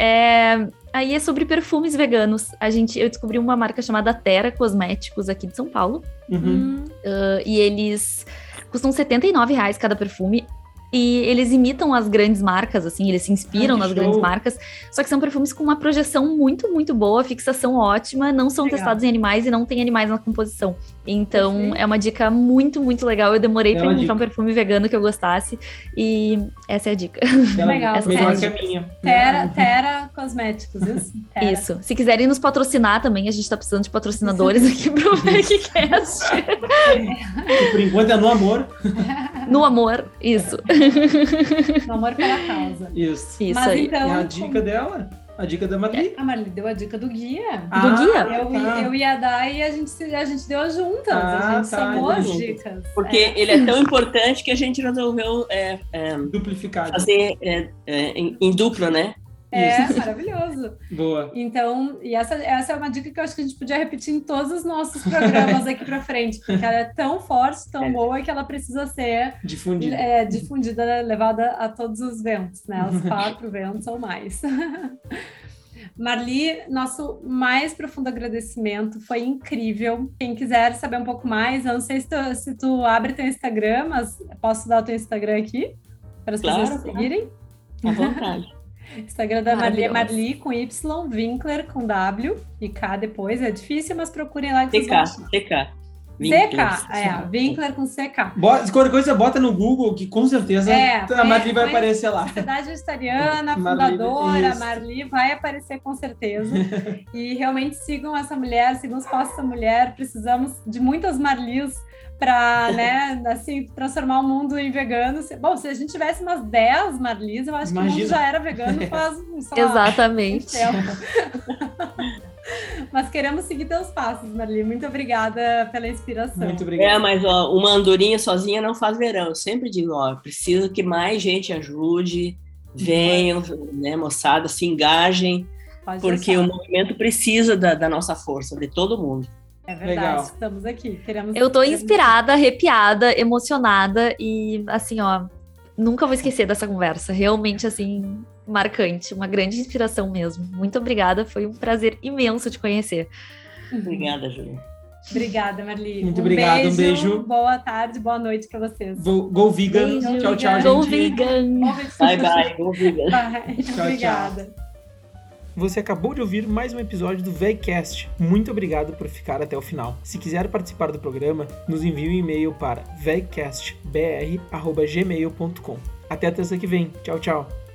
é, aí é sobre perfumes veganos. A gente, eu descobri uma marca chamada Terra Cosméticos aqui de São Paulo. Uhum. Uh, e eles custam setenta e nove reais cada perfume. E eles imitam as grandes marcas, assim, eles se inspiram ah, nas show. grandes marcas, só que são perfumes com uma projeção muito, muito boa, fixação ótima, não são legal. testados em animais e não tem animais na composição. Então, Perfeito. é uma dica muito, muito legal. Eu demorei Bela pra encontrar dica. um perfume vegano que eu gostasse e essa é a dica. Bela legal. Essa melhor é que a minha. Terra, Terra Cosméticos, isso? Terra. Isso. Se quiserem nos patrocinar também, a gente tá precisando de patrocinadores aqui pro VegCast. E por enquanto é no amor. No amor, isso. No amor pela causa. Isso. Isso Mas aí. então, é a dica como... dela. A dica da Marli. A Marli deu a dica do guia. Ah, do guia? Eu, tá. eu ia dar e a gente, a gente deu juntas. Ah, a gente tá, somou as junto. dicas. Porque é. ele é tão importante que a gente resolveu é, é, duplificar. Fazer é, é, em, em dupla, né? É, Isso. maravilhoso. Boa. Então, e essa, essa é uma dica que eu acho que a gente podia repetir em todos os nossos programas aqui pra frente, porque ela é tão forte, tão é. boa, que ela precisa ser difundida, é, difundida, levada a todos os ventos, né? Os quatro ventos ou mais. Marli, nosso mais profundo agradecimento, foi incrível. Quem quiser saber um pouco mais, eu não sei se tu, se tu abre teu Instagram, mas posso dar o teu Instagram aqui, para as claro, pessoas seguirem? À vontade. Instagram da Marli é Marli com Y, Winkler com W e K depois. É difícil, mas procurem lá que C K, vocês vão. C K. C K, é, Winkler com C K. Bota, qualquer coisa, bota no Google, que com certeza é, a Marli vai aparecer lá. Sociedade Vegetariana, fundadora, Marli vai aparecer com certeza. E realmente sigam essa mulher, sigam os passos dessa mulher. Precisamos de muitas Marlis para, né, assim, transformar o mundo em vegano. Bom, se a gente tivesse umas dez Marlis, eu acho Imagina. que o mundo já era vegano faz, sei lá, Exatamente. um tempo. Mas queremos seguir teus passos, Marli. Muito obrigada pela inspiração. Muito obrigado. É, mas ó, uma andorinha sozinha não faz verão. Eu sempre digo, ó, preciso que mais gente ajude, venham, né, moçada, se engajem, Pode porque deixar. o movimento precisa da, da nossa força, de todo mundo. É verdade, Legal. estamos aqui. Queremos, Eu tô queremos... inspirada, arrepiada, emocionada e, assim, ó, nunca vou esquecer dessa conversa. Realmente, assim, marcante, uma grande inspiração mesmo. Muito obrigada, foi um prazer imenso te conhecer. Obrigada, Júlia. Obrigada, Marli. Muito um obrigado, beijo, um beijo. Boa tarde, boa noite para vocês. Go, go vegan. Beijo, tchau, tchau, go gente. Vegan. Bye, bye. Go vegan. Bye. Tchau, Obrigada. Tchau. Você acabou de ouvir mais um episódio do VegCast. Muito obrigado por ficar até o final. Se quiser participar do programa, nos envie um e-mail para vegcast b r arroba gmail ponto com. Até a terça que vem. Tchau, tchau.